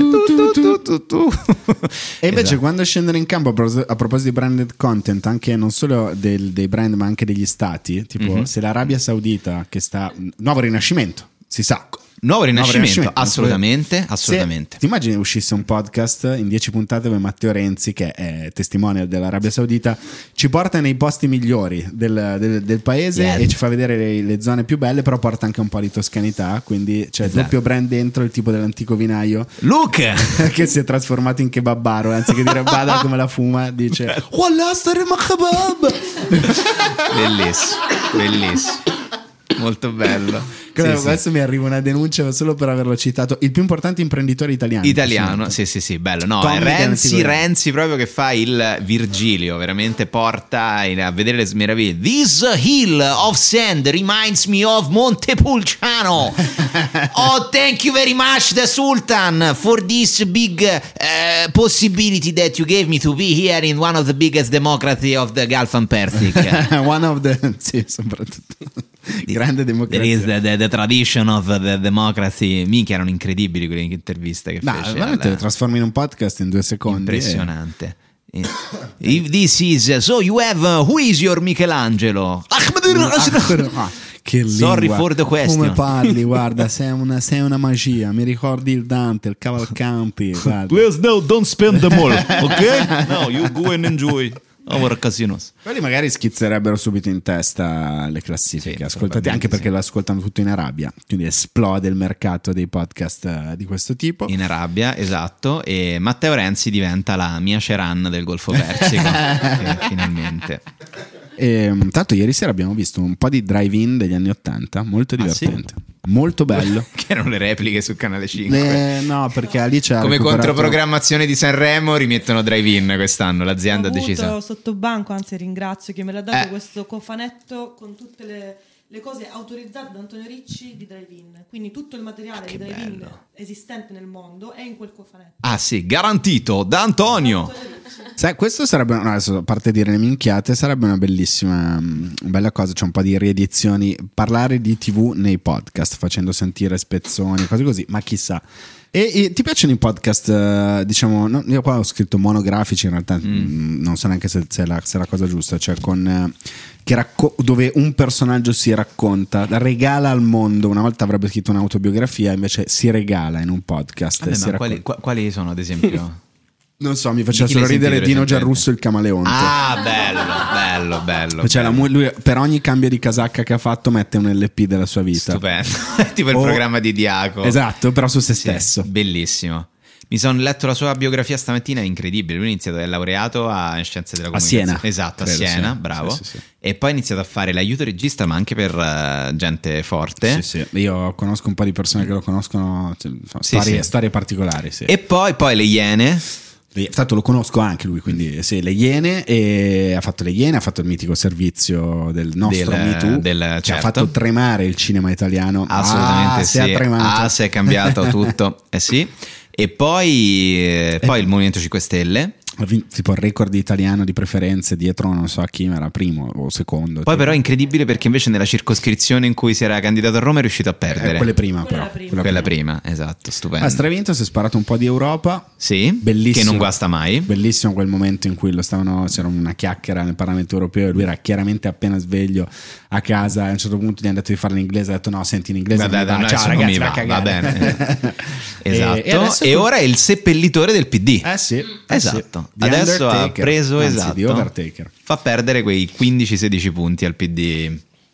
E invece quando scendono in campo, a proposito di branded content, anche non solo dei brand ma anche degli stati, tipo se l'Arabia Saudita, che sta nuovo rinascimento, si sa. Nuovo rinascimento, assolutamente. Ti immagini uscisse un podcast in 10 puntate dove Matteo Renzi, che è testimonial dell'Arabia Saudita, ci porta nei posti migliori del paese e ci fa vedere le zone più belle, però porta anche un po' di toscanità, quindi c'è il doppio brand dentro, il tipo dell'antico vinaio Luke che si è trasformato in kebabaro, anziché dire bada come la fuma dice wallah staremo kebab. Bellissimo. Molto bello. Adesso mi arriva una denuncia solo per averlo citato. Il più importante imprenditore italiano. Sì, bello. No, Renzi proprio che fa il Virgilio, veramente porta a vedere le meraviglie. This hill of sand reminds me of Montepulciano. Oh, thank you very much, the Sultan, for this big possibility that you gave me to be here in one of the biggest democracy of the Gulf and Persic. One of the, sì, soprattutto grande democrazia. There is the tradition of the democracy. Minchia, erano incredibili quelle interviste che fece. Veramente le trasformi in un podcast in 2 secondi. Impressionante. If this is so, you have who is your Michelangelo? Che lingua. Sorry for the question. Come parli, guarda, sei una magia. Mi ricordi il Dante, il Cavalcanti. Please no, don't spend them all, ok? No, you go and enjoy our casinos. Quelli magari schizzerebbero subito in testa le classifiche. Sì, ascoltati, anche perché l'ascoltano tutto in Arabia, quindi esplode il mercato dei podcast di questo tipo. In Arabia, esatto. E Matteo Renzi diventa la Mia Ceran del Golfo Persico. Finalmente. Tanto ieri sera abbiamo visto un po' di drive-in degli anni '80, molto divertente. Sì? Molto bello. Che erano le repliche su Canale 5. No, perché lì c'è come controprogrammazione di Sanremo rimettono drive-in quest'anno. L'azienda ha deciso sotto banco, anzi ringrazio che me l'ha dato questo cofanetto con tutte le cose autorizzate da Antonio Ricci di drive-in. Quindi tutto il materiale di drive-in esistente nel mondo è in quel cofanetto. Ah sì, garantito da Antonio. Sai, questo sarebbe, adesso, a parte dire le minchiate, sarebbe una bella cosa. C'è un po' di riedizioni, parlare di TV nei podcast, facendo sentire spezzoni, cose così, ma chissà. E ti piacciono i podcast, diciamo, io qua ho scritto monografici, in realtà non so neanche se è la cosa giusta, cioè con dove un personaggio si racconta, regala al mondo. Una volta avrebbe scritto un'autobiografia, invece si regala in un podcast. Vabbè, ma quali sono, ad esempio? Non so, mi faceva solo ridere Dino Giarrusso il camaleonte. Ah, bello. Cioè, lui per ogni cambio di casacca che ha fatto mette un LP della sua vita. Stupendo. Tipo il programma di Diaco. Esatto, però su se stesso. Bellissimo. Mi sono letto la sua biografia stamattina, è incredibile. Lui è laureato in scienze della comunicazione. A Siena. Esatto, credo, a Siena, bravo. Sì. E poi ha iniziato a fare l'aiuto regista, ma anche per gente forte. Sì. Io conosco un po' di persone che lo conoscono, storie particolari. Sì. E poi le Iene. Tanto lo conosco anche lui, quindi sì, le Iene, e ha fatto il mitico servizio del nostro Me Too, che ha fatto tremare il cinema italiano. Assolutamente sì. Si è cambiato tutto. Sì. E poi il Movimento 5 Stelle. Tipo il record italiano di preferenze dietro non so a chi, ma era primo o secondo. Poi però è incredibile perché invece nella circoscrizione in cui si era candidato a Roma è riuscito a perdere. Quella prima, esatto, stupendo. Ha stravinto, si è sparato un po' di Europa. Sì, bellissimo, che non guasta mai. Bellissimo quel momento in cui c'era una chiacchiera nel Parlamento europeo e lui era chiaramente appena sveglio a casa, e a un certo punto gli hanno detto di farlo in inglese, ha detto no, senti in inglese. Ciao ragazzi, va bene. Esatto. E ora è il seppellitore del PD. Sì. Esatto. Adesso ha preso di Overtaker. Fa perdere quei 15-16 punti al PD.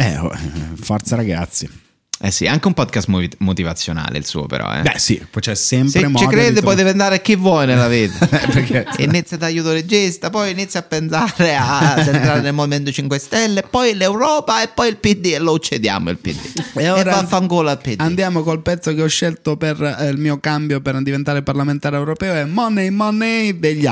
Forza ragazzi. Sì, anche un podcast motivazionale il suo, però. Beh, sì, poi c'è sempre modo. Se ci crede, poi deve andare che vuole nella vita. Perché inizia da aiuto regista, poi inizia a pensare ad entrare nel Movimento 5 Stelle, poi l'Europa e poi il PD, e lo uccidiamo il PD. E ora vaffanculo al PD. Andiamo col pezzo che ho scelto per il mio cambio per diventare parlamentare europeo, è Money degli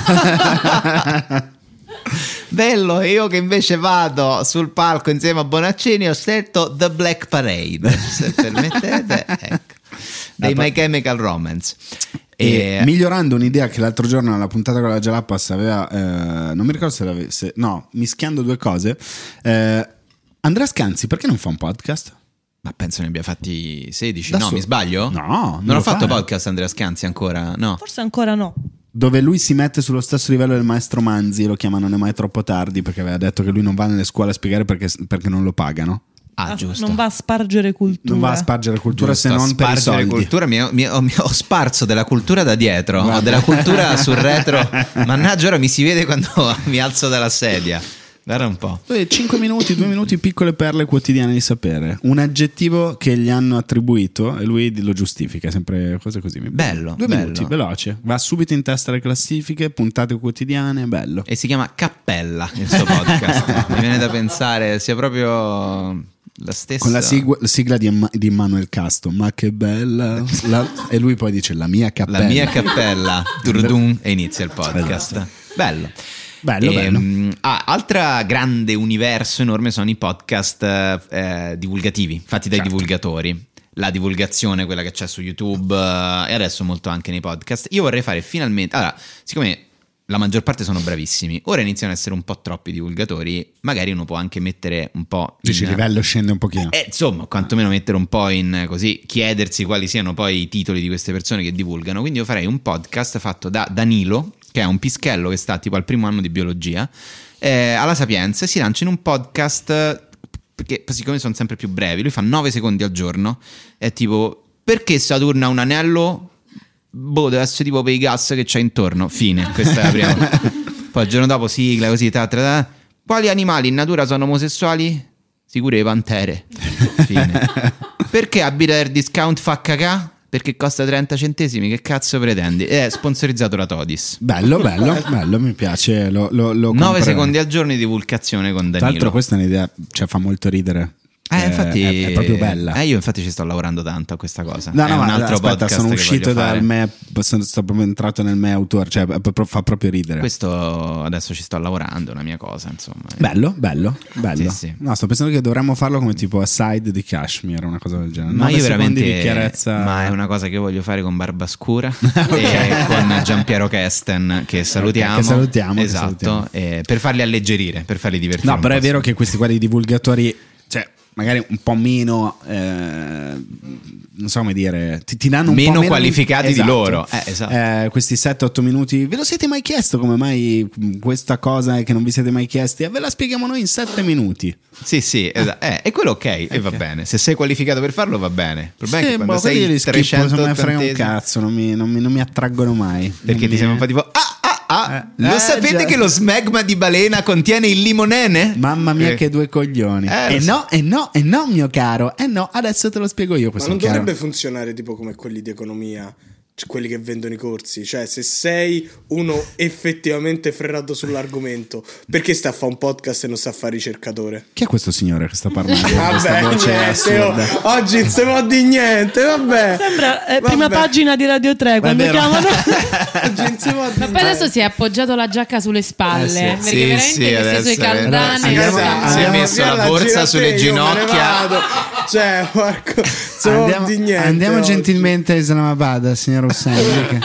ABBA. Bello, io che invece vado sul palco insieme a Bonaccini ho scelto The Black Parade, se permettete, ecco, dei My Chemical Romance. Migliorando un'idea che l'altro giorno alla puntata con la Jalapas aveva, non mi ricordo mischiando due cose, Andrea Scanzi perché non fa un podcast? Ma penso ne abbia fatti 16. Mi sbaglio? No, non ho fatto podcast Andrea Scanzi ancora, no. Forse ancora no. Dove lui si mette sullo stesso livello del maestro Manzi, lo chiamano Non è mai troppo tardi, perché aveva detto che lui non va nelle scuole a spiegare perché non lo pagano. giusto. Non va a spargere cultura. Non va a spargere cultura, Giusto, se non per i soldi. Cultura, ho sparso della cultura da dietro, ho della cultura sul retro. Mannaggia, ora mi si vede quando mi alzo dalla sedia. Guarda un po'. 5 minuti, 2 minuti, piccole perle quotidiane di sapere. Un aggettivo che gli hanno attribuito e lui lo giustifica, sempre cose così. Bello. 2 minuti, veloce. Va subito in testa alle classifiche, puntate quotidiane, bello. E si chiama Cappella il suo podcast. Mi viene da pensare sia proprio la stessa. Con la sigla di Immanuel Casto. Ma che bella. E lui poi dice la mia cappella. La mia cappella. Turdun, e inizia il podcast. Bello. Bello. Altra grande universo enorme sono i podcast divulgativi, fatti dai divulgatori. La divulgazione, quella che c'è su YouTube e adesso molto anche nei podcast. Io vorrei fare finalmente... Allora, siccome la maggior parte sono bravissimi, ora iniziano ad essere un po' troppi divulgatori, magari uno può anche mettere un po'... Dici, il livello scende un pochino. Insomma, quantomeno mettere un po' in così, chiedersi quali siano poi i titoli di queste persone che divulgano. Quindi io farei un podcast fatto da Danilo, che è un pischello che sta tipo al primo anno di biologia, alla Sapienza, e si lancia in un podcast, perché siccome sono sempre più brevi, lui fa 9 secondi al giorno, è tipo, perché Saturno ha un anello? Deve essere tipo per i gas che c'è intorno. Fine, questa è la prima. Poi il giorno dopo sigla così, quali animali in natura sono omosessuali? Sicure le pantere. Fine. Perché Abitair Discount fa cacà? Perché costa 30 centesimi, che cazzo pretendi? È sponsorizzato da Todis. Bello, mi piace. Lo 9 secondi al giorno di divulgazione con Danilo. Tra l'altro questa è un'idea, cioè fa molto ridere. Infatti è proprio bella. Io infatti ci sto lavorando tanto a questa cosa. No, è un altro aspetta, podcast sono uscito dal me, sto proprio entrato nel me autore, cioè fa proprio ridere. Questo adesso ci sto lavorando, è una mia cosa, insomma. Bello. Sì. No, sto pensando che dovremmo farlo come tipo aside di Kashmir, una cosa del genere. Ma io veramente di chiarezza. Ma è una cosa che voglio fare con Barbascura e con Giampiero Kesten, che salutiamo. Che salutiamo. Esatto, per farli alleggerire, per farli divertire. No, però è vero che questi qua di divulgatori, cioè magari un po' meno non so come dire, ti danno un meno po' meno qualificati di loro. Esatto. Questi 7-8 minuti, ve lo siete mai chiesto come mai questa cosa è che non vi siete mai chiesti? Ve la spieghiamo noi in 7 minuti. Sì, esatto. E quello ok, e va bene. Se sei qualificato per farlo va bene. Il problema è che quando sei 300 non me frega un cazzo, non mi attraggono mai. Perché ti sembra un po' tipo lo sapete già. che lo smegma di balena contiene il limonene? Mamma mia che due coglioni. No, mio caro. No, adesso te lo spiego io. Ma non dovrebbe funzionare tipo come quelli di economia, cioè quelli che vendono i corsi. Cioè, se sei uno effettivamente ferrato sull'argomento, perché sta a fare un podcast e non sta a fare ricercatore? Chi è questo signore che sta parlando? Vabbè, oggi non si può di niente, vabbè. Sembra prima pagina di Radio 3 quando chiamano. Ma poi adesso si è appoggiato la giacca sulle spalle, perché veramente queste sue caldane si è messo la borsa sulle ginocchia. Cioè, Marco, andiamo gentilmente a Islamabad, signor Hussein.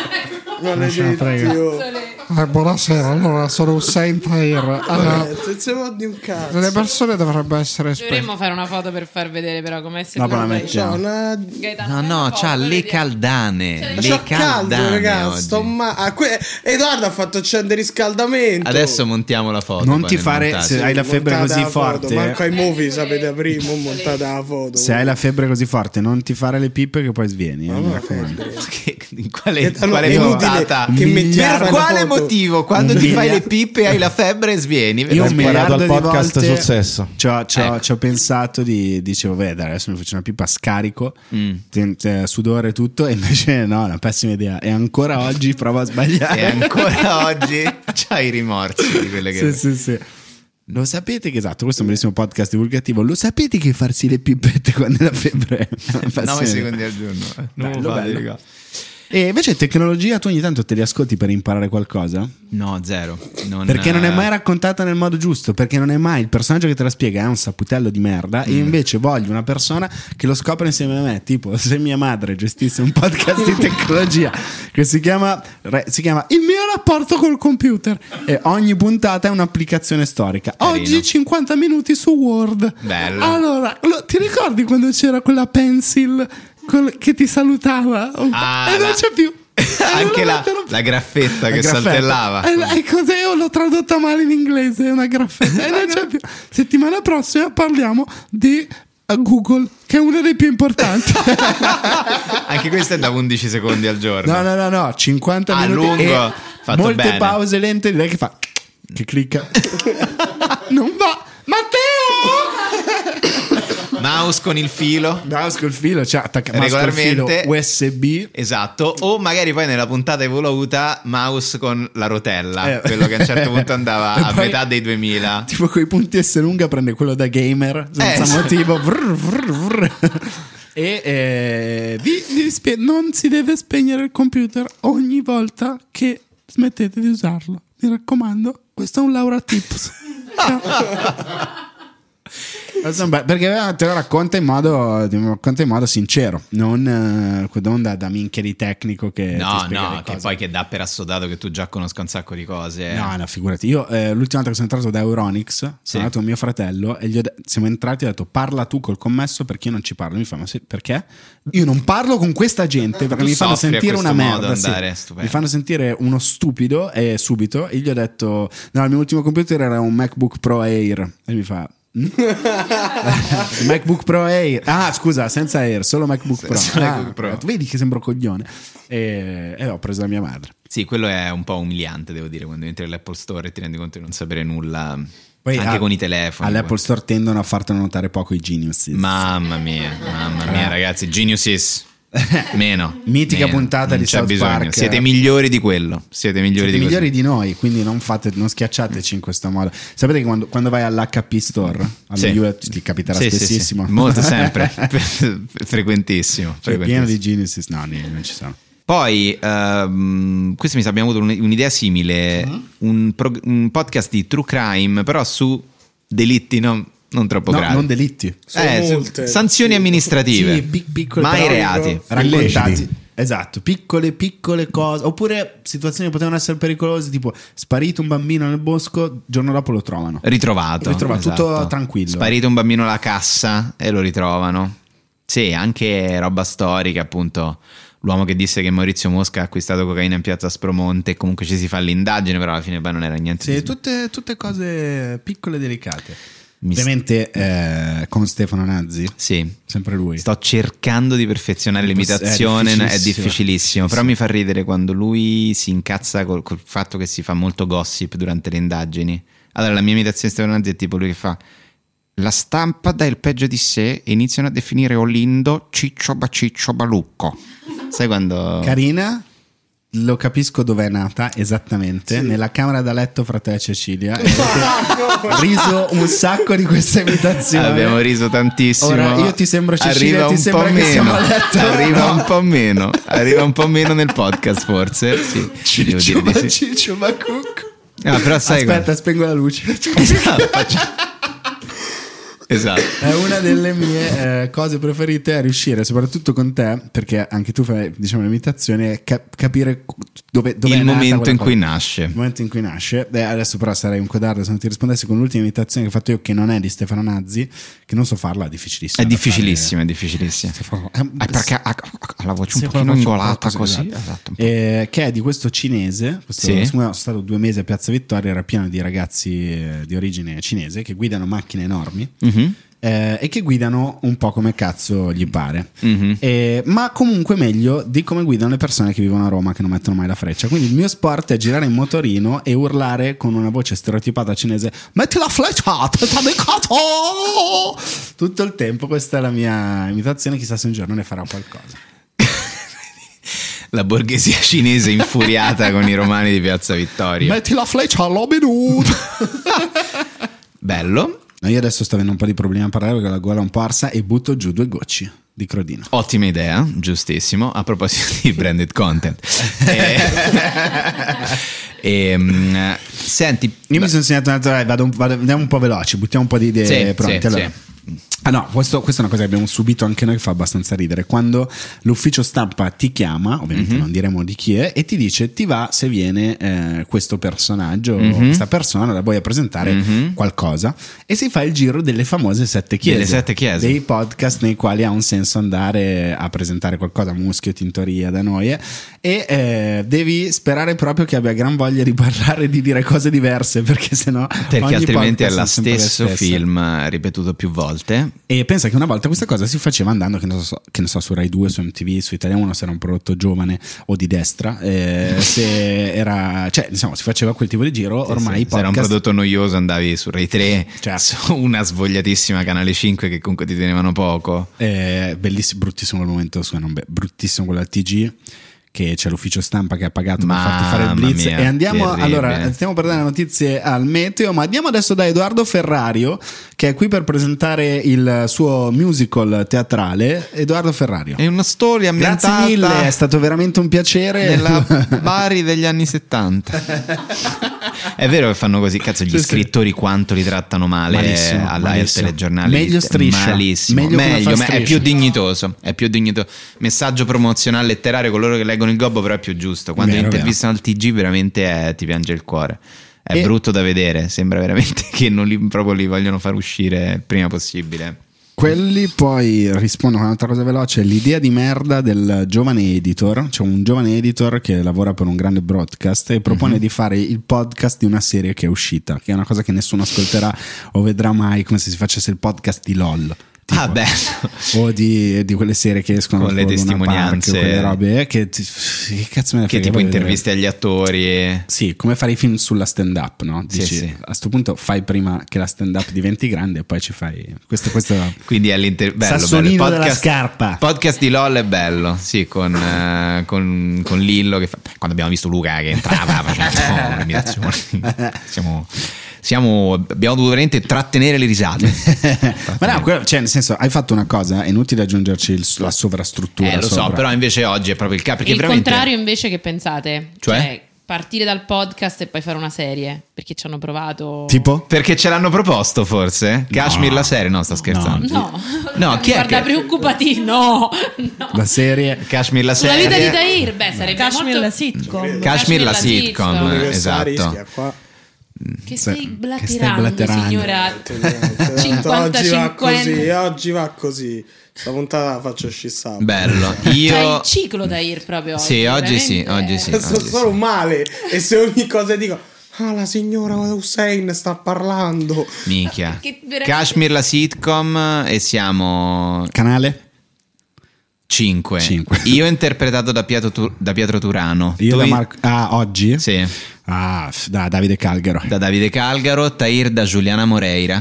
Buonasera, allora sono Hussein Tahir. Le persone dovrebbero essere esperte. Dovremmo fare una foto per far vedere però com'è dopo la mettiamo. No, c'ha le caldane. Le caldane ragazzi, Edoardo ha fatto accendere riscaldamento. Adesso montiamo la foto. Non ti fare, se hai la febbre così forte. Manco ai movie sapete prima montata la foto. Se hai la febbre così forte, non ti fare le pippe che poi svieni. In quale puntata? Per quale motivo? Quando ti fai le pippe e hai la febbre svieni? Io ho imparato al podcast sul sesso. Ci ho pensato dicevo, dai, adesso mi faccio una pipa a scarico, sudore e tutto, e invece no, è una pessima idea. E ancora oggi provo a sbagliare. E ancora oggi c'hai i rimorsi di quelle che... Sì. Lo sapete che, esatto, questo è un bellissimo podcast divulgativo. Lo sapete che farsi le pipette quando la febbre 9 secondi al giorno. Non lo fate, raga. E invece tecnologia, tu ogni tanto te li ascolti per imparare qualcosa? No, zero. Perché non è mai raccontata nel modo giusto, perché non è mai il personaggio che te la spiega è un saputello di merda. E invece voglio una persona che lo scopre insieme a me. Tipo, se mia madre gestisse un podcast di tecnologia che si chiama Il mio rapporto col computer, e ogni puntata è un'applicazizione storica. Carino. Oggi 50 minuti su Word. Bello. Allora, ti ricordi quando c'era quella pencil che ti salutava e non c'è più? Anche la graffetta che saltellava. Cos'è? Io l'ho tradotta male in inglese, è una graffetta e non c'è più. Settimana prossima parliamo di a Google, che è uno dei più importanti. Anche questo è da 11 secondi al giorno. No, 50 minuti lungo, fatto molte bene. pause lente, lei che fa, che clicca. Non va, Matteo. Mouse con il filo, cioè attacca regolarmente, filo USB. esatto. O magari poi nella puntata evoluta mouse con la rotella, quello che a un certo punto andava a poi, metà dei 2000, tipo coi punti S lunga, prende quello da gamer senza motivo. E non si deve spegnere il computer ogni volta che smettete di usarlo, mi raccomando. Questo è un Laura Tips. Perché te lo racconta in modo sincero, non da minchia di tecnico che ti spiega le cose. Che poi che dà per assodato che tu già conosca un sacco di cose. No, figurati. Io l'ultima volta che sono entrato da Euronics, sono andato con mio fratello e siamo entrati e ho detto: parla tu col commesso perché io non ci parlo. Mi fa: ma perché? Io non parlo con questa gente perché mi fanno sentire una merda. Mi fanno sentire uno stupido, e subito. E gli ho detto: no, il mio ultimo computer era un MacBook Pro Air. E mi fa: MacBook Pro Air. Ah, scusa, senza Air, solo MacBook Pro. MacBook Pro. Vedi che sembro coglione. E ho preso la mia madre. Sì, quello è un po' umiliante, devo dire, quando entri all'Apple Store e ti rendi conto di non sapere nulla. Poi anche con i telefoni. All'Apple Store tendono a fartelo notare poco i geniuses. Mamma mia, ragazzi, geniuses. Meno. Mitica puntata di South Park. Siete migliori di quello. Siete migliori di noi, quindi non schiacciateci in questo modo. Sapete che quando vai all'HP Store, ti capiterà spessissimo. Sì. Molto, sempre. Frequentissimo. Cioè, pieno di geniuses. No, non ci sono. Poi, questo mi sa abbiamo avuto un'idea simile, un podcast di True Crime, però su delitti non troppo gravi. Non delitti. Sanzioni amministrative, piccole, mai reati. Raccontati. Esatto, piccole cose. Oppure situazioni che potevano essere pericolose, tipo sparito un bambino nel bosco, giorno dopo lo trovano. Ritrovato, esatto. Tutto tranquillo. Sparito un bambino alla cassa e lo ritrovano. Sì, anche roba storica, appunto. L'uomo che disse che Maurizio Mosca ha acquistato cocaina in piazza Aspromonte, comunque ci si fa l'indagine, però alla fine poi non era niente. Sì, tutte cose piccole e delicate. Ovviamente con Stefano Nazzi. Sì, sempre lui. Sto cercando di perfezionare l'imitazione, è difficilissimo. Però mi fa ridere quando lui si incazza col fatto che si fa molto gossip durante le indagini. Allora la mia imitazione di Stefano Nazzi è tipo lui che fa: la stampa dà il peggio di sé e iniziano a definire Olindo Ciccio Baciccio Balucco. Sai quando... Carina, lo capisco dove è nata esattamente, nella camera da letto fra te e Cecilia. Ho riso un sacco di questa imitazione. Abbiamo riso tantissimo. Ora io ti sembro Cecilia, ti sembra che siamo a letto. Arriva un po' meno nel podcast forse. Sì, Ciccio Bacucco. Però sai aspetta, spengo la luce. Esatto. È una delle mie cose preferite a riuscire, soprattutto con te, perché anche tu fai, diciamo, l'imitazione, è capire dove il momento in cui nasce. Il momento in cui nasce. Adesso però sarei un codardo se non ti rispondessi con l'ultima imitazione che ho fatto io, che non è di Stefano Nazzi, che non so farla, è difficilissima. È difficilissima. Perché ha la voce un pochino ingolata così. Esatto, che è di questo cinese. Sono stato 2 mesi a Piazza Vittoria, era pieno di ragazzi di origine cinese che guidano macchine enormi. E che guidano un po' come cazzo gli pare, ma comunque meglio di come guidano le persone che vivono a Roma, che non mettono mai la freccia. Quindi il mio sport è girare in motorino e urlare con una voce stereotipata cinese: metti la freccia, tutto il tempo. Questa è la mia imitazione, chissà se un giorno ne farò qualcosa. La borghesia cinese infuriata con i romani di Piazza Vittoria: metti la freccia, l'ho venuto. Bello. Io adesso sto avendo un po' di problemi a parlare perché la gola è un po' arsa e butto giù 2 gocci di Crodino. Ottima idea, giustissimo. A proposito di branded content, senti, io mi sono segnato andiamo un po' veloci, buttiamo un po' di idee pronte. Allora. Ah no, questa è una cosa che abbiamo subito anche noi, che fa abbastanza ridere. Quando l'ufficio stampa ti chiama, ovviamente non diremo di chi è, e ti dice: ti va se viene questo personaggio, questa persona, la vuoi a presentare qualcosa, e si fa il giro delle famose 7 chiese, dei podcast nei quali ha un senso andare a presentare qualcosa, Muschio, Tintoria da noi, e devi sperare proprio che abbia gran voglia di parlare, di dire cose diverse, perché sennò altrimenti è lo stesso film ripetuto più volte. E pensa che una volta questa cosa si faceva andando, che ne so, su Rai 2, su MTV, su Italia 1, se era un prodotto giovane o di destra, se era, cioè insomma si faceva quel tipo di giro. Ormai sì. Se era un prodotto noioso andavi su Rai 3, su una svogliatissima Canale 5 che comunque ti tenevano poco. Bellissimo, bruttissimo quel momento, bruttissimo quello al TG, che c'è l'ufficio stampa che ha pagato per farti fare il blitz. Mia, e andiamo terribile. Allora stiamo per dare notizie al meteo, ma andiamo adesso da Edoardo Ferrario, che è qui per presentare il suo musical teatrale. Edoardo Ferrario, è una storia ambientata, grazie mille, è stato veramente un piacere, nella Bari degli anni 70. È vero che fanno così, cazzo, gli scrittori quanto li trattano male al telegiornale. Meglio Striscia, malissimo, meglio è più dignitoso, messaggio promozionale letterario, coloro che leggono il Gobbo, però è più giusto. Quando intervistano al TG veramente ti piange il cuore. È brutto da vedere, sembra veramente che non proprio li vogliono far uscire il prima possibile. Quelli poi rispondono a un'altra cosa veloce, l'idea di merda del giovane editor. C'è un giovane editor che lavora per un grande broadcast e propone di fare il podcast di una serie che è uscita, che è una cosa che nessuno ascolterà o vedrà mai, come se si facesse il podcast di LOL. Tipo, bello. O di quelle serie che escono con le testimonianze, quelle robe che cazzo me ne frega, che tipo interviste agli attori. Sì, come fare i film sulla stand up, no? Dici, sì. a sto punto fai prima che la stand up diventi grande e poi ci fai questo quindi è bello, Sassolino bello. della scarpa. Podcast di LOL è bello, sì, con Lillo che quando abbiamo visto Luca che entrava facendo l'imitazione. Abbiamo dovuto veramente trattenere le risate. Ma no, cioè nel senso, hai fatto una cosa, è inutile aggiungerci la sovrastruttura lo sopra. so, però invece oggi è proprio il caso, perché il veramente... contrario invece, che pensate? Cioè partire dal podcast e poi fare una serie, perché ci hanno provato. Tipo? Perché ce l'hanno proposto forse? Kashmir la serie? No, sto scherzando. No, chi è guarda, preoccupati, no. La serie Kashmir la Sulla serie. vita di Tahir, sarebbe Kashmir molto... la sitcom. Kashmir la sitcom, esatto. Che stai blatterando, signora 55enne. Oggi va così. Sta puntata la faccio scissare. Bello. C'hai il ciclo Tahir proprio. Sì, oggi sì. Sto solo male. E se ogni cosa dico: la signora Hussein sta parlando. Minchia. Kashmir la sitcom, e siamo canale 5. Io interpretato da Pietro Turano. Io da Marco. Oggi? Sì. Da Davide Calgaro. Da Davide Calgaro. Tahir da Giuliana Moreira.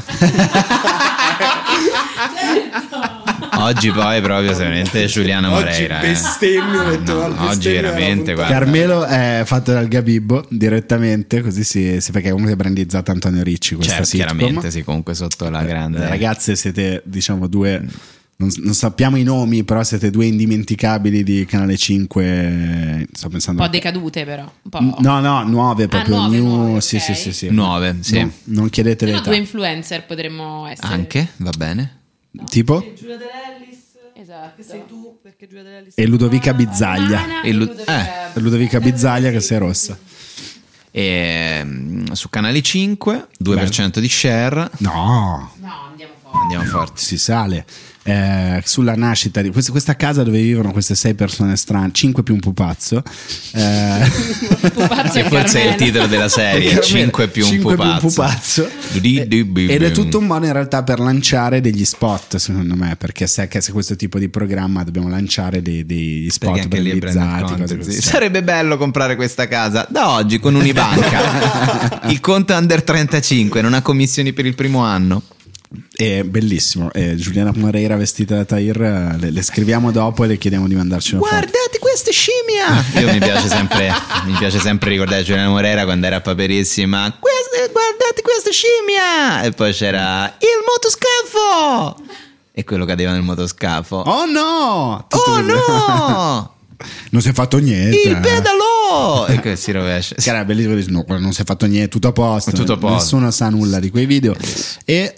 Oggi poi proprio veramente Giuliana Moreira. Oggi bestemmio. Oggi veramente, guarda. Carmelo è fatto dal Gabibbo direttamente, così perché comunque è brandizzato Antonio Ricci questa sitcom. Chiaramente sì, comunque sotto la grande. Ragazze, siete diciamo due, non sappiamo i nomi, però siete due indimenticabili di Canale 5. Sto pensando un po' decadute, però un po'. No, nuove, proprio nuove, sì, okay. sì. Nuove, sì. No, non chiedete l'età. Due influencer potremmo essere. Anche, va bene. No. Tipo? Giulia De Lellis. Esatto. Che sei tu, perché Giulia De Lellis. E Ludovica Bizzaglia. Ludovica Bizzaglia che sei rossa. E su Canale 5 2% di share. No, andiamo forti. Si sale. Sulla nascita di questa casa dove vivono queste 6 persone strane, 5 più un pupazzo, Pupazzo che forse è il titolo della serie. 5 più un pupazzo. Ed è tutto un modo in realtà per lanciare degli spot, secondo me, perché se questo tipo di programma dobbiamo lanciare degli spot brandizzati. Sarebbe bello comprare questa casa da oggi con Unibanca. Il conto under 35 non ha commissioni per il primo anno. È bellissimo. Giuliana Moreira vestita da Tahir, le scriviamo dopo e le chiediamo di mandarci una guardate questa scimmia. Io mi piace sempre ricordare Giuliana Moreira quando era paperissima. Guardate questa scimmia. E poi c'era il motoscafo e quello cadeva nel motoscafo. Oh no, non si è fatto niente. Il pedalò! E che si rovescia. Che era bellissimo. No, non si è fatto niente, tutto a posto. Nessuno sa nulla di quei video. E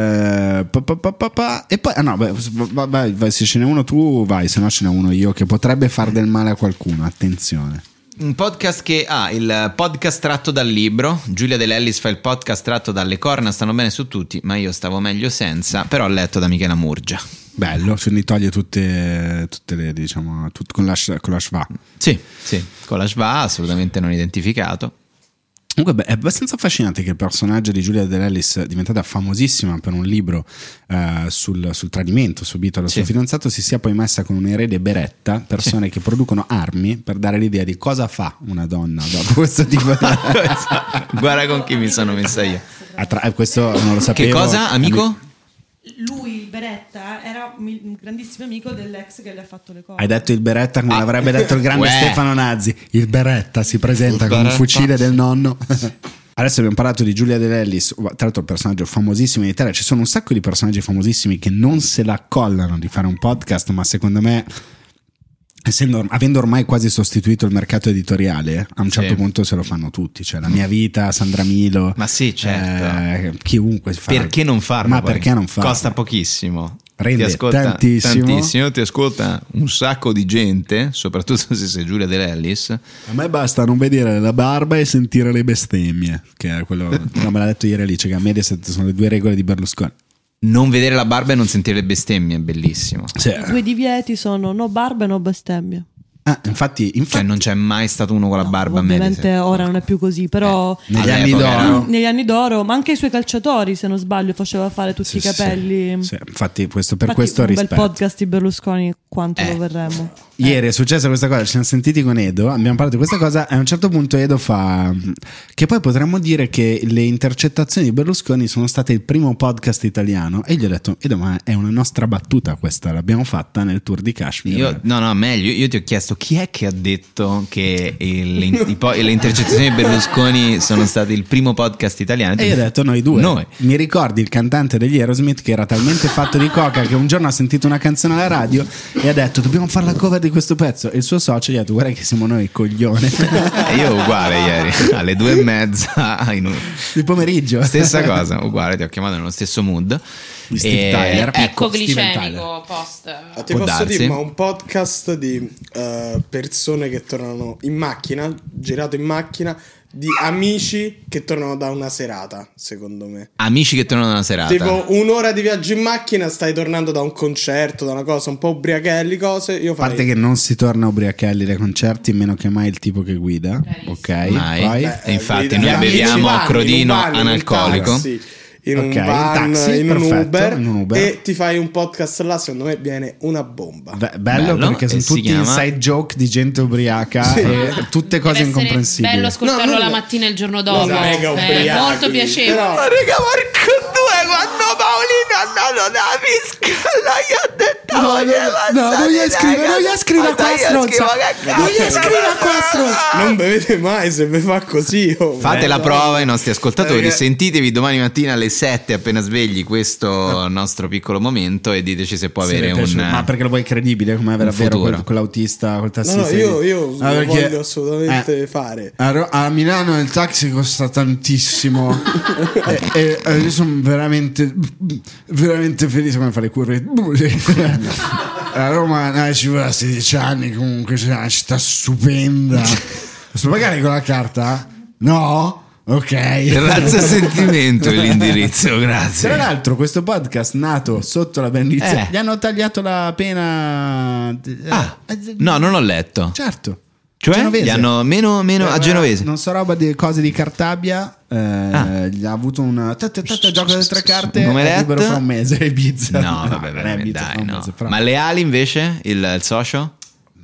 poi se ce n'è uno tu vai, se no ce n'è uno io che potrebbe far del male a qualcuno. Attenzione. Un podcast che ha il podcast tratto dal libro. Giulia De Lellis fa il podcast tratto dalle corna. Stanno bene su tutti, ma io stavo meglio senza. Però ho letto da Michela Murgia. Bello, quindi toglie tutte le, diciamo, con la schwa. Sì, con la schwa, assolutamente non identificato. Comunque è abbastanza affascinante che il personaggio di Giulia De Lellis, diventata famosissima per un libro sul tradimento subito dal suo fidanzato, si sia poi messa con un erede beretta, persone che producono armi, per dare l'idea di cosa fa una donna dopo questo tipo di... Guarda con chi mi sono messa io. Questo non lo sapevo. Che cosa, amico? Lui, il Beretta, era un grandissimo amico dell'ex che le ha fatto le cose. Hai detto il Beretta come l'avrebbe detto il grande Stefano Nazzi. Il Beretta si presenta con un fucile del nonno. Adesso abbiamo parlato di Giulia De Lellis, tra l'altro un personaggio famosissimo in Italia. Ci sono un sacco di personaggi famosissimi che non se la collano di fare un podcast, ma secondo me, avendo ormai quasi sostituito il mercato editoriale, a un certo punto se lo fanno tutti. Cioè La Mia Vita, Sandra Milo. Ma sì, certo. Chiunque fa. Perché non farlo? Ma poi? Perché non farlo? Costa pochissimo. Rende ti ascolta tantissimo. Ti ascolta un sacco di gente, soprattutto se sei Giulia De Lellis. A me basta non vedere la barba e sentire le bestemmie, che è quello no, me l'ha detto ieri Alice, che a Mediaset sono le 2 regole di Berlusconi. Non vedere la barba e non sentire le bestemmie è bellissimo. I 2 divieti sono no barba e no bestemmie. Infatti, cioè non c'è mai stato uno con la barba. Ovviamente ora non è più così, però negli anni d'oro, ma anche i suoi calciatori, se non sbaglio, faceva fare tutti i capelli. Sì. Infatti questo un bel podcast di Berlusconi, quanto lo verremo. Ieri è successa questa cosa, ci siamo sentiti con Edo, abbiamo parlato di questa cosa e a un certo punto Edo fa che poi potremmo dire che le intercettazioni di Berlusconi sono state il primo podcast italiano, e gli ho detto: Edo, ma è una nostra battuta questa, l'abbiamo fatta nel tour di Kashmir. Meglio, io ti ho chiesto chi è che ha detto che le intercettazioni di Berlusconi sono state il primo podcast italiano, e io ho detto noi 2. Mi ricordi il cantante degli Aerosmith che era talmente fatto di coca che un giorno ha sentito una canzone alla radio e ha detto: dobbiamo fare la cover di questo pezzo, e il suo socio gli ha detto: guarda che siamo noi coglione. Io uguale ieri alle 2:30 di pomeriggio, stessa cosa, uguale, ti ho chiamato nello stesso mood. Picco glicemico post. Ti posso dire, ma un podcast di persone che tornano in macchina, girato in macchina, di amici che tornano da una serata, secondo me. Amici che tornano da una serata. Tipo 1 ora di viaggio in macchina, stai tornando da un concerto, da una cosa, un po' ubriachelli, cose. Io a parte che non si torna ubriachelli dai concerti, meno che mai il tipo che guida. Ok, poi infatti noi beviamo crodino analcolico. In un van, taxi, in un perfetto, Uber, e ti fai un podcast là, secondo me viene una bomba. Bello perché sono tutti inside joke di gente ubriaca, e tutte cose incomprensibili. Bello ascoltarlo la mattina e il giorno dopo. Molto piacevole. Ma raga, Marco 2, quando Paolino è andato da Piscala, gli ha detto: non gli scriva qua stronza, non gli scriva qua stronza. Non bevete mai se vi fa così. Fate la prova, i nostri ascoltatori, sentitevi domani mattina alle 7 appena svegli questo nostro piccolo momento e diteci se può avere ma perché lo vuoi credibile come avere davvero con l'autista, col tassista? No, io lo voglio assolutamente fare. A Milano il taxi costa tantissimo e io sono veramente felice come fare le curve. A Roma ci vuole 16 anni, comunque c'è una città stupenda. Posso pagare con la carta? No? Ok, grazie sentimento l'indirizzo, grazie. Tra l'altro questo podcast nato sotto la benedizione gli hanno tagliato la pena. No, non ho letto. Certo. Cioè Genovese. Gli hanno meno a Genovese. Non so, roba di cose di Cartabia. Gli ha avuto un gioco delle 3 carte. Libero fra un mese. Ibiza. No, vabbè, dai, no. Ma le ali invece? Il socio?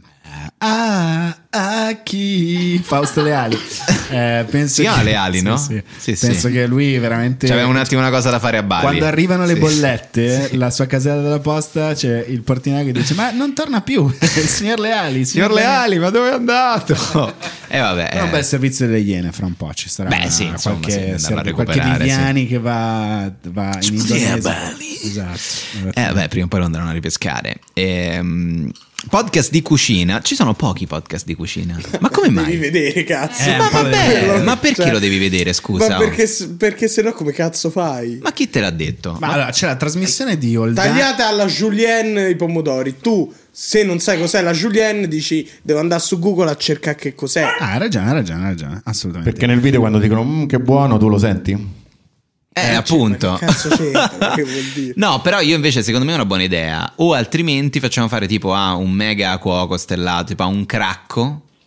Chi? Fausto Leali. Penso che Leali, no? Sì. Penso che lui veramente c'aveva un attimo una cosa da fare a Bali. Quando arrivano le bollette, la sua casella della posta, c'è il portinaio che dice: ma non torna più il signor Leali. Signor Leali, ma dove è andato? Vabbè, un bel servizio delle Iene fra un po' ci sarà. Qualche Viviani che va in Indonesia. Esatto. Prima o poi lo andranno a ripescare. Podcast di cucina. Ci sono pochi podcast di cucina. Ma come mai? Devi vedere, cazzo. Ma perché lo devi vedere, scusa? Ma perché sennò come cazzo fai? Ma chi te l'ha detto? Ma allora c'è la trasmissione di Oldani. Tagliate alla julienne i pomodori. Tu, se non sai cos'è la julienne, dici devo andare su Google a cercare che cos'è. Hai ragione, assolutamente. Perché nel video quando dicono che buono, tu lo senti? Appunto. Che cazzo c'entra? Che vuol dire? No, però io invece secondo me è una buona idea. O altrimenti facciamo fare tipo a un mega cuoco stellato, tipo a un cracco,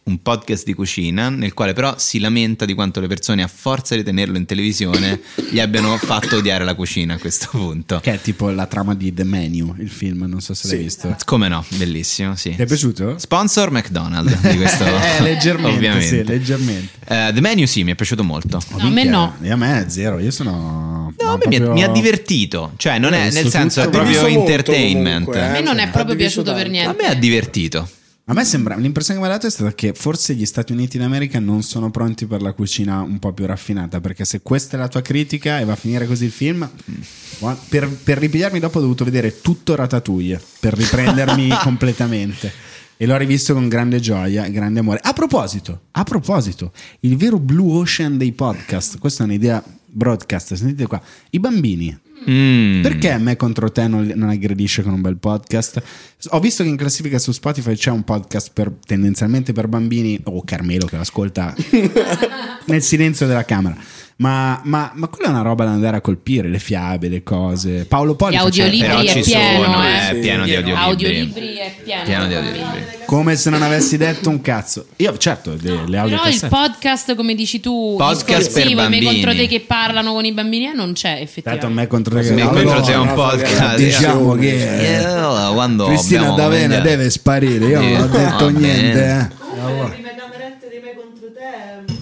un podcast di cucina nel quale però si lamenta di quanto le persone, a forza di tenerlo in televisione, gli abbiano fatto odiare la cucina a questo punto. Che è tipo la trama di The Menu, il film, non so se l'hai visto. Come no, bellissimo, sì. Ti è piaciuto? Sponsor McDonald's di questo. Leggermente, ovviamente. sì, leggermente. The Menu sì, mi è piaciuto molto. No, a me no. E a me è zero, io sono... No, a me mi ha divertito, cioè non è, nel senso è proprio entertainment. Comunque, A me non è proprio piaciuto per niente. A me ha divertito. A me sembra, l'impressione che mi ha dato è stata che forse gli Stati Uniti d'America non sono pronti per la cucina un po' più raffinata, perché se questa è la tua critica e va a finire così il film, per ripigliarmi dopo ho dovuto vedere tutto Ratatouille per riprendermi completamente, e l'ho rivisto con grande gioia e grande amore. A proposito, il vero blue ocean dei podcast, questa è un'idea broadcast, sentite qua, i bambini. Perché Me contro te non aggredisce con un bel podcast? Ho visto che in classifica su Spotify c'è un podcast tendenzialmente per bambini, o Carmelo che l'ascolta nel silenzio della camera. Ma quella è una roba da andare a colpire, le fiabe, le cose. Paolo Poli, gli audiolibri è pieno, è pieno di audiolibri. Audiolibri è pieno di audiolibri. Come se non avessi detto un cazzo. Io certo le audio. Però il podcast, come dici tu, podcast per bambini, Me contro te che parlano con i bambini, non c'è effettivamente. Tanto Me contro te è un podcast. Diciamo che quando Cristina D'Avena deve sparire. Io non ho detto niente. Le prime camerette di Me contro te.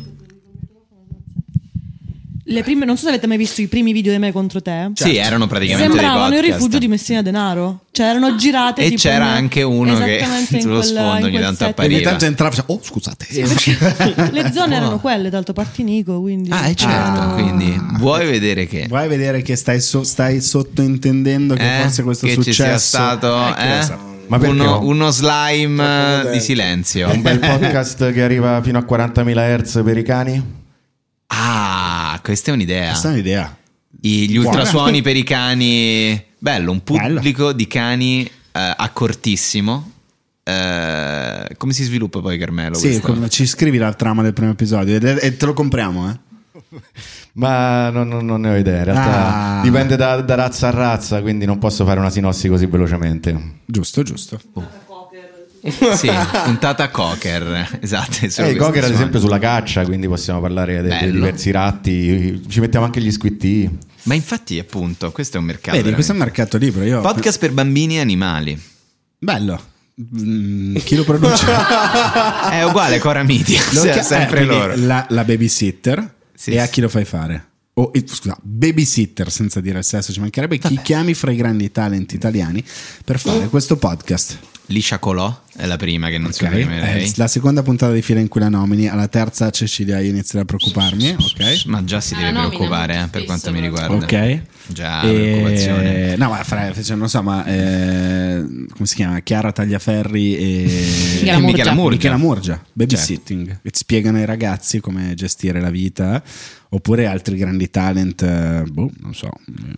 Le prime, non so se avete mai visto i primi video di Me contro te. Sì, erano praticamente sembravano il rifugio di Messina Denaro. Cioè erano girate e tipo c'era anche uno che sullo sfondo ogni tanto appariva. Ogni tanto entrava, oh scusate. Le zone erano quelle, d'altro Partinico, quindi. Certo, quindi vuoi vedere che stai sottointendendo che forse questo che successo ci sia stato Ma uno slime di silenzio. Un bel podcast che arriva fino a 40.000 Hz per i cani. Questa è un'idea. Gli ultrasuoni per i cani. Bello, un pubblico di cani accortissimo. Come si sviluppa poi, Carmelo? Sì, ci scrivi la trama del primo episodio e te lo compriamo, Ma non ne ho idea. In realtà dipende da razza a razza, quindi non posso fare una sinossi così velocemente. Giusto. Sì, puntata Cocker, esatto. Cocker ad esempio sulla caccia, quindi possiamo parlare dei diversi ratti, ci mettiamo anche gli squitti. Ma infatti appunto questo è un mercato. Vedi, questo è un mercato libero. Podcast per bambini e animali. Bello. Chi lo produce? È uguale Cora Media, sempre loro. La babysitter. Sì, e a chi lo fai fare? Scusa, babysitter senza dire il sesso, ci mancherebbe. Chi chiami fra i grandi talent italiani per fare questo podcast? Liscia Colò è la prima che non sopprimerei. La seconda puntata di fila in cui la nomini. Alla terza Cecilia io inizierò a preoccuparmi, ok? Ma già si deve preoccupare per quanto mi riguarda. Ok. Già preoccupazione. No, ma non so, ma come si chiama? Chiara Tagliaferri e Michela Murgia. Babysitting, certo. Che spiegano ai ragazzi come gestire la vita. Oppure altri grandi talent, non so.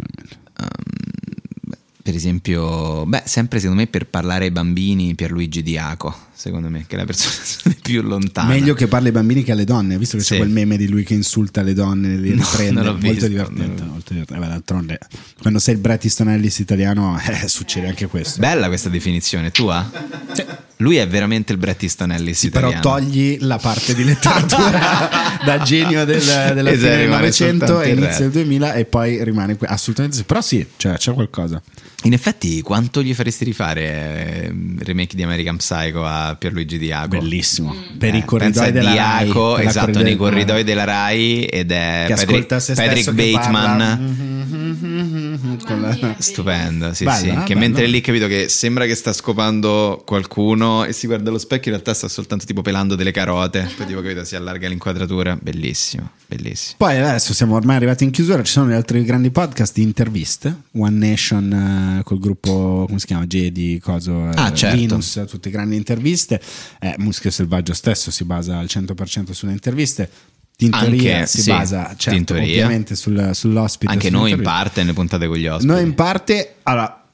Per esempio, sempre secondo me per parlare ai bambini, Pierluigi Diaco, secondo me, che è la persona più lontana. Meglio che parli ai bambini che alle donne, visto che c'è quel meme di lui che insulta le donne, li riprende, molto divertente. D'altronde, quando sei il Bret Easton Ellis italiano succede anche questo. Bella questa definizione, tua? Sì. Lui è veramente il Bret Easton Ellis italiano. Però togli la parte di letteratura da genio della fine del Novecento e inizio del 2000 e poi rimane assolutamente sì. Però sì, c'è qualcosa. In effetti, quanto gli faresti rifare remake di American Psycho a Pierluigi Diaco? Bellissimo. Per i corridoi della Diaco, Rai. Esatto, nei corridoi della Rai, ed è Patrick Bateman. Stupendo, sì, bella, che mentre è lì capito che sembra che sta scopando qualcuno e si guarda allo specchio, in realtà sta soltanto tipo pelando delle carote. Poi tipo capito, si allarga l'inquadratura. Bellissimo. Poi adesso siamo ormai arrivati in chiusura, ci sono gli altri grandi podcast di interviste, One Nation col gruppo, come si chiama, Jedi, certo. Linus, tutte grandi interviste. Muschio Selvaggio stesso si basa al 100% sulle interviste. Tintoria si basa, certo, ovviamente sull'ospite. Anche noi in parte nelle puntate con gli ospiti. Noi in parte, allora,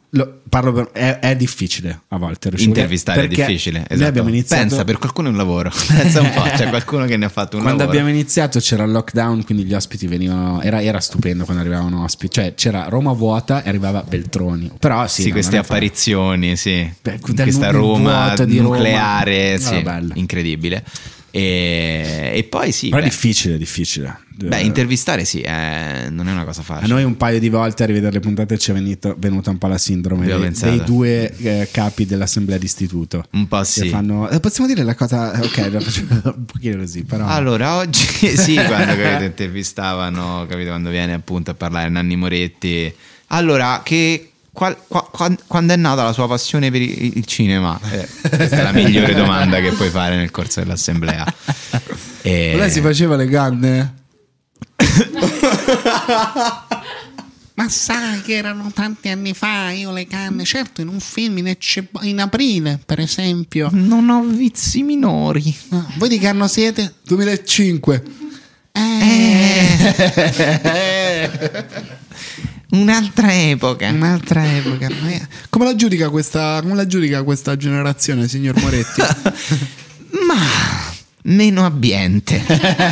è difficile a volte intervistare, è difficile, esatto. Noi abbiamo iniziato, pensa, per qualcuno è un lavoro. Pensa un po', c'è qualcuno che ne ha fatto un quando lavoro. abbiamo iniziato c'era il lockdown, quindi gli ospiti venivano, era stupendo quando arrivavano ospiti, cioè c'era Roma vuota e arrivava Beltroni, però sì, queste apparizioni, sì. Questa Roma nucleare, Roma. sì, incredibile. E poi sì, però è difficile. Intervistare sì, non è una cosa facile. A noi un paio di volte a rivedere le puntate ci è venuta un po' la sindrome dei due capi dell'assemblea d'istituto. Un po' sì. Possiamo dire la cosa, ok, la facciamo un pochino così, però. Allora oggi sì, quando intervistavano, capito, quando viene appunto a parlare Nanni Moretti, allora quando è nata la sua passione per il cinema? Questa è la migliore domanda che puoi fare nel corso dell'assemblea. Lei si faceva le canne? Ma sai che erano tanti anni fa, io le canne, certo, in un film in aprile, per esempio. Non ho vizi minori. Voi di che anno siete? 2005. Un'altra epoca. Come la giudica questa generazione, signor Moretti? Ma meno abbiente.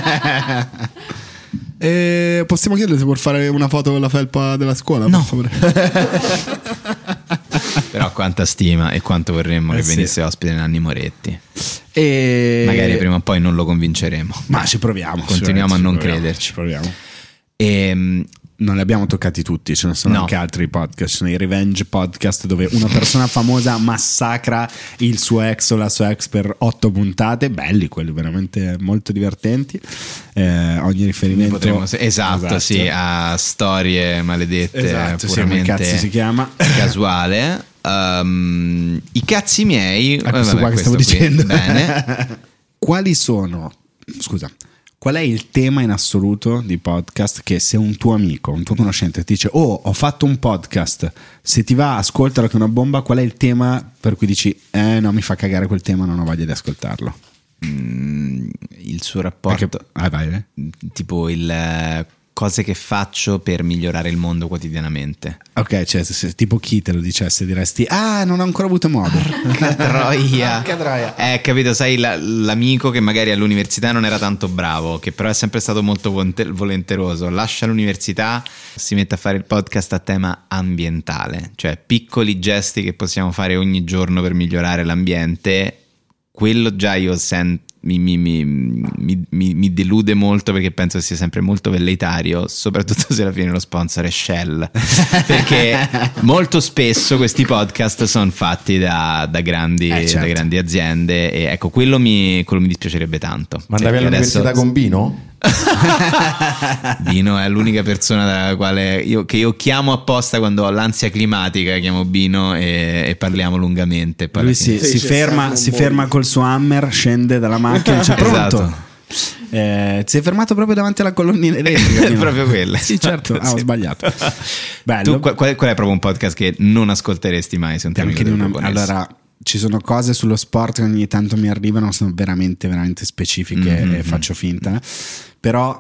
Possiamo chiedere se vuol fare una foto con la felpa della scuola? No. Per favore. Però quanta stima e quanto vorremmo che venisse ospite Nanni Moretti. Magari prima o poi non lo convinceremo. Ma ci proviamo. Continuiamo a non crederci. Ci proviamo. Non li abbiamo toccati tutti, ce ne sono anche altri podcast, ci sono i revenge podcast dove una persona famosa massacra il suo ex o la sua ex per 8 puntate, belli quelli, veramente molto divertenti. Ogni riferimento esatto, sì, a storie maledette, puramente cazzo si chiama casuale. I cazzi miei, questo qua che stavo dicendo. Bene. Qual è il tema in assoluto di podcast che se un tuo amico, un tuo conoscente ti dice ho fatto un podcast, se ti va ascoltalo che è una bomba, qual è il tema per cui dici no, mi fa cagare quel tema, non ho voglia di ascoltarlo? Il suo rapporto tipo il cose che faccio per migliorare il mondo quotidianamente. Ok, cioè se tipo chi te lo dicesse diresti non ho ancora avuto modo. Porca troia. Capito, sai, l'amico che magari all'università non era tanto bravo, che però è sempre stato molto volenteroso, lascia l'università, si mette a fare il podcast a tema ambientale, cioè piccoli gesti che possiamo fare ogni giorno per migliorare l'ambiente. Quello già io sento mi delude molto, perché penso sia sempre molto velleitario, soprattutto se alla fine lo sponsor è Shell, perché molto spesso questi podcast sono fatti da grandi aziende, e ecco quello mi dispiacerebbe tanto. Ma andavi all'università con Bino? Bino è l'unica persona dalla quale io chiamo apposta quando ho l'ansia climatica, chiamo Bino e parliamo lungamente. Lui si ferma col suo hammer, scende dalla macchina e dice pronto. Esatto. Si è fermato proprio davanti alla colonnina elettrica. Proprio quella. Sì, certo, ho sbagliato. Bello. Tu, qual è proprio un podcast che non ascolteresti mai se un tuo amico te lo proponesse? Allora, ci sono cose sullo sport che ogni tanto mi arrivano, sono veramente veramente specifiche, e faccio finta, però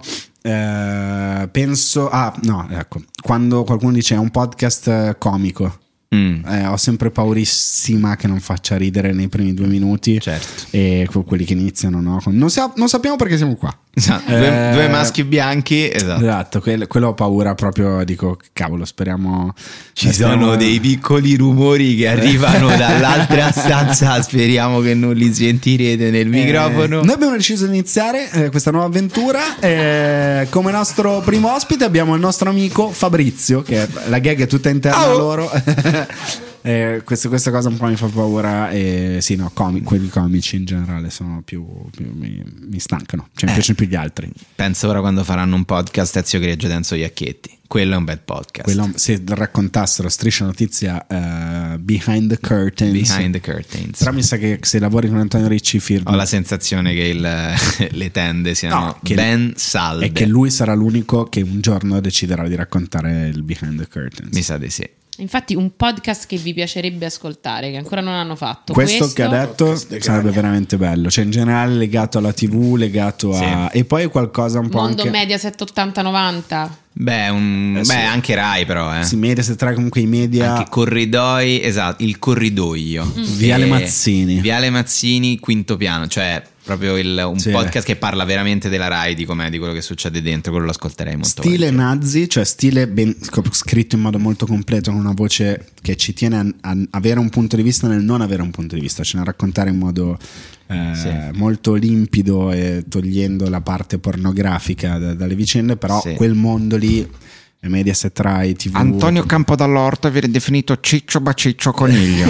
penso quando qualcuno dice è un podcast comico, ho sempre paurissima che non faccia ridere nei primi 2 minuti. Certo. E quelli che iniziano non sappiamo perché siamo qua. Esatto. Due maschi bianchi. Esatto, quello ho paura proprio, dico cavolo, speriamo sono dei piccoli rumori che arrivano dall'altra stanza, speriamo che non li sentirete nel microfono. Noi abbiamo deciso di iniziare questa nuova avventura, come nostro primo ospite abbiamo il nostro amico Fabrizio, che la gag è tutta interna a loro. Questa cosa un po' mi fa paura, quelli comici in generale sono più mi stancano, cioè mi piacciono più gli altri. Penso ora quando faranno un podcast Ezio Greggio e Enzo Iacchetti, quello è un bel podcast. Se raccontassero Striscia Notizia Behind the Curtains. Però mi sa che se lavori con Antonio Ricci ho la sensazione che le tende siano ben salde e che lui sarà l'unico che un giorno deciderà di raccontare il Behind the Curtains. Mi sa di sì. Infatti un podcast che vi piacerebbe ascoltare, che ancora non hanno fatto. Questo che ha detto sarebbe veramente bello, cioè in generale legato alla TV, legato a... E poi qualcosa un po' Mondo anche... Mediaset 80-90. Anche Rai però. Sì, Mediaset Rai, comunque i media... Anche corridoi, esatto, il corridoio. Viale Mazzini, quinto piano, cioè... proprio un podcast che parla veramente della Rai, di com'è, di quello che succede dentro, quello lo ascolterei molto. Stile Nazi, cioè stile ben scritto in modo molto completo, con una voce che ci tiene a avere un punto di vista nel non avere un punto di vista, cioè a raccontare in modo molto limpido e togliendo la parte pornografica dalle vicende, però quel mondo lì è Mediaset Rai TV. Antonio Campodall'Orto viene definito Ciccio Baciccio Coniglio.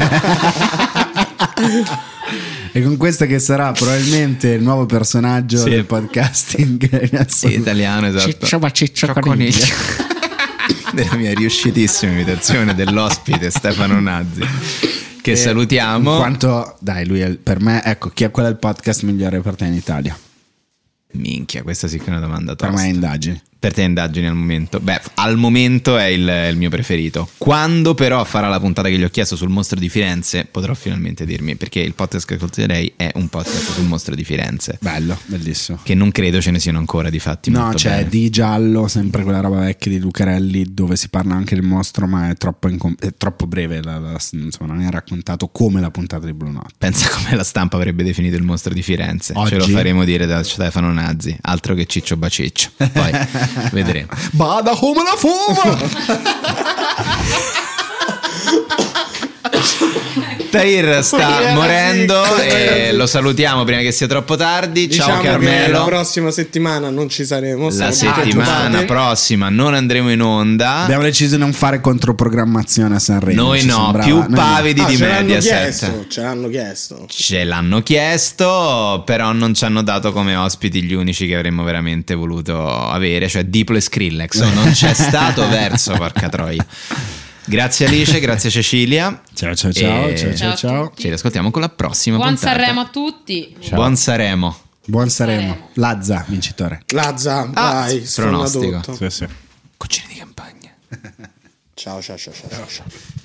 E con questo che sarà probabilmente il nuovo personaggio del podcasting italiano, esatto. Ciccio Baciccio Coniglio. Della mia riuscitissima imitazione dell'ospite Stefano Nazzi, che salutiamo. Quanto, dai, lui è, per me, ecco, chi è quello del podcast migliore per te in Italia? Minchia, questa sì che è una domanda tosta. Per me è indagini. Per te indagini al momento? Beh, al momento è il mio preferito. Quando però farà la puntata che gli ho chiesto sul mostro di Firenze, potrò finalmente dirmi, perché il podcast che ascolterei è un podcast sul mostro di Firenze. Bello, bellissimo. Che non credo ce ne siano ancora di fatti. No, c'è Di Giallo, sempre quella roba vecchia di Lucarelli, dove si parla anche del mostro, ma è troppo breve, insomma, non è raccontato come la puntata di Blue Note. Pensa come la stampa avrebbe definito il mostro di Firenze. Oggi? Ce lo faremo dire da Stefano Nazzi, altro che Ciccio Baciccio. Poi vedremo. Bada come la fuma. Tahir sta morendo e lo salutiamo prima che sia troppo tardi. Ciao Carmelo. La prossima settimana non ci saremo. La settimana prossima non andremo in onda. Abbiamo deciso di non fare controprogrammazione a Sanremo. Noi no, più pavidi di Mediaset. Ce l'hanno chiesto, però non ci hanno dato come ospiti gli unici che avremmo veramente voluto avere, cioè Diplo e Skrillex. Non c'è stato verso, porca troia. Grazie Alice, grazie Cecilia. Ciao. Ci riascoltiamo con la prossima Buon puntata. Sanremo a tutti. Ciao. Buon Sanremo. Lazza vincitore. Vai, pronostico. Sì. Cucine di campagna. Ciao.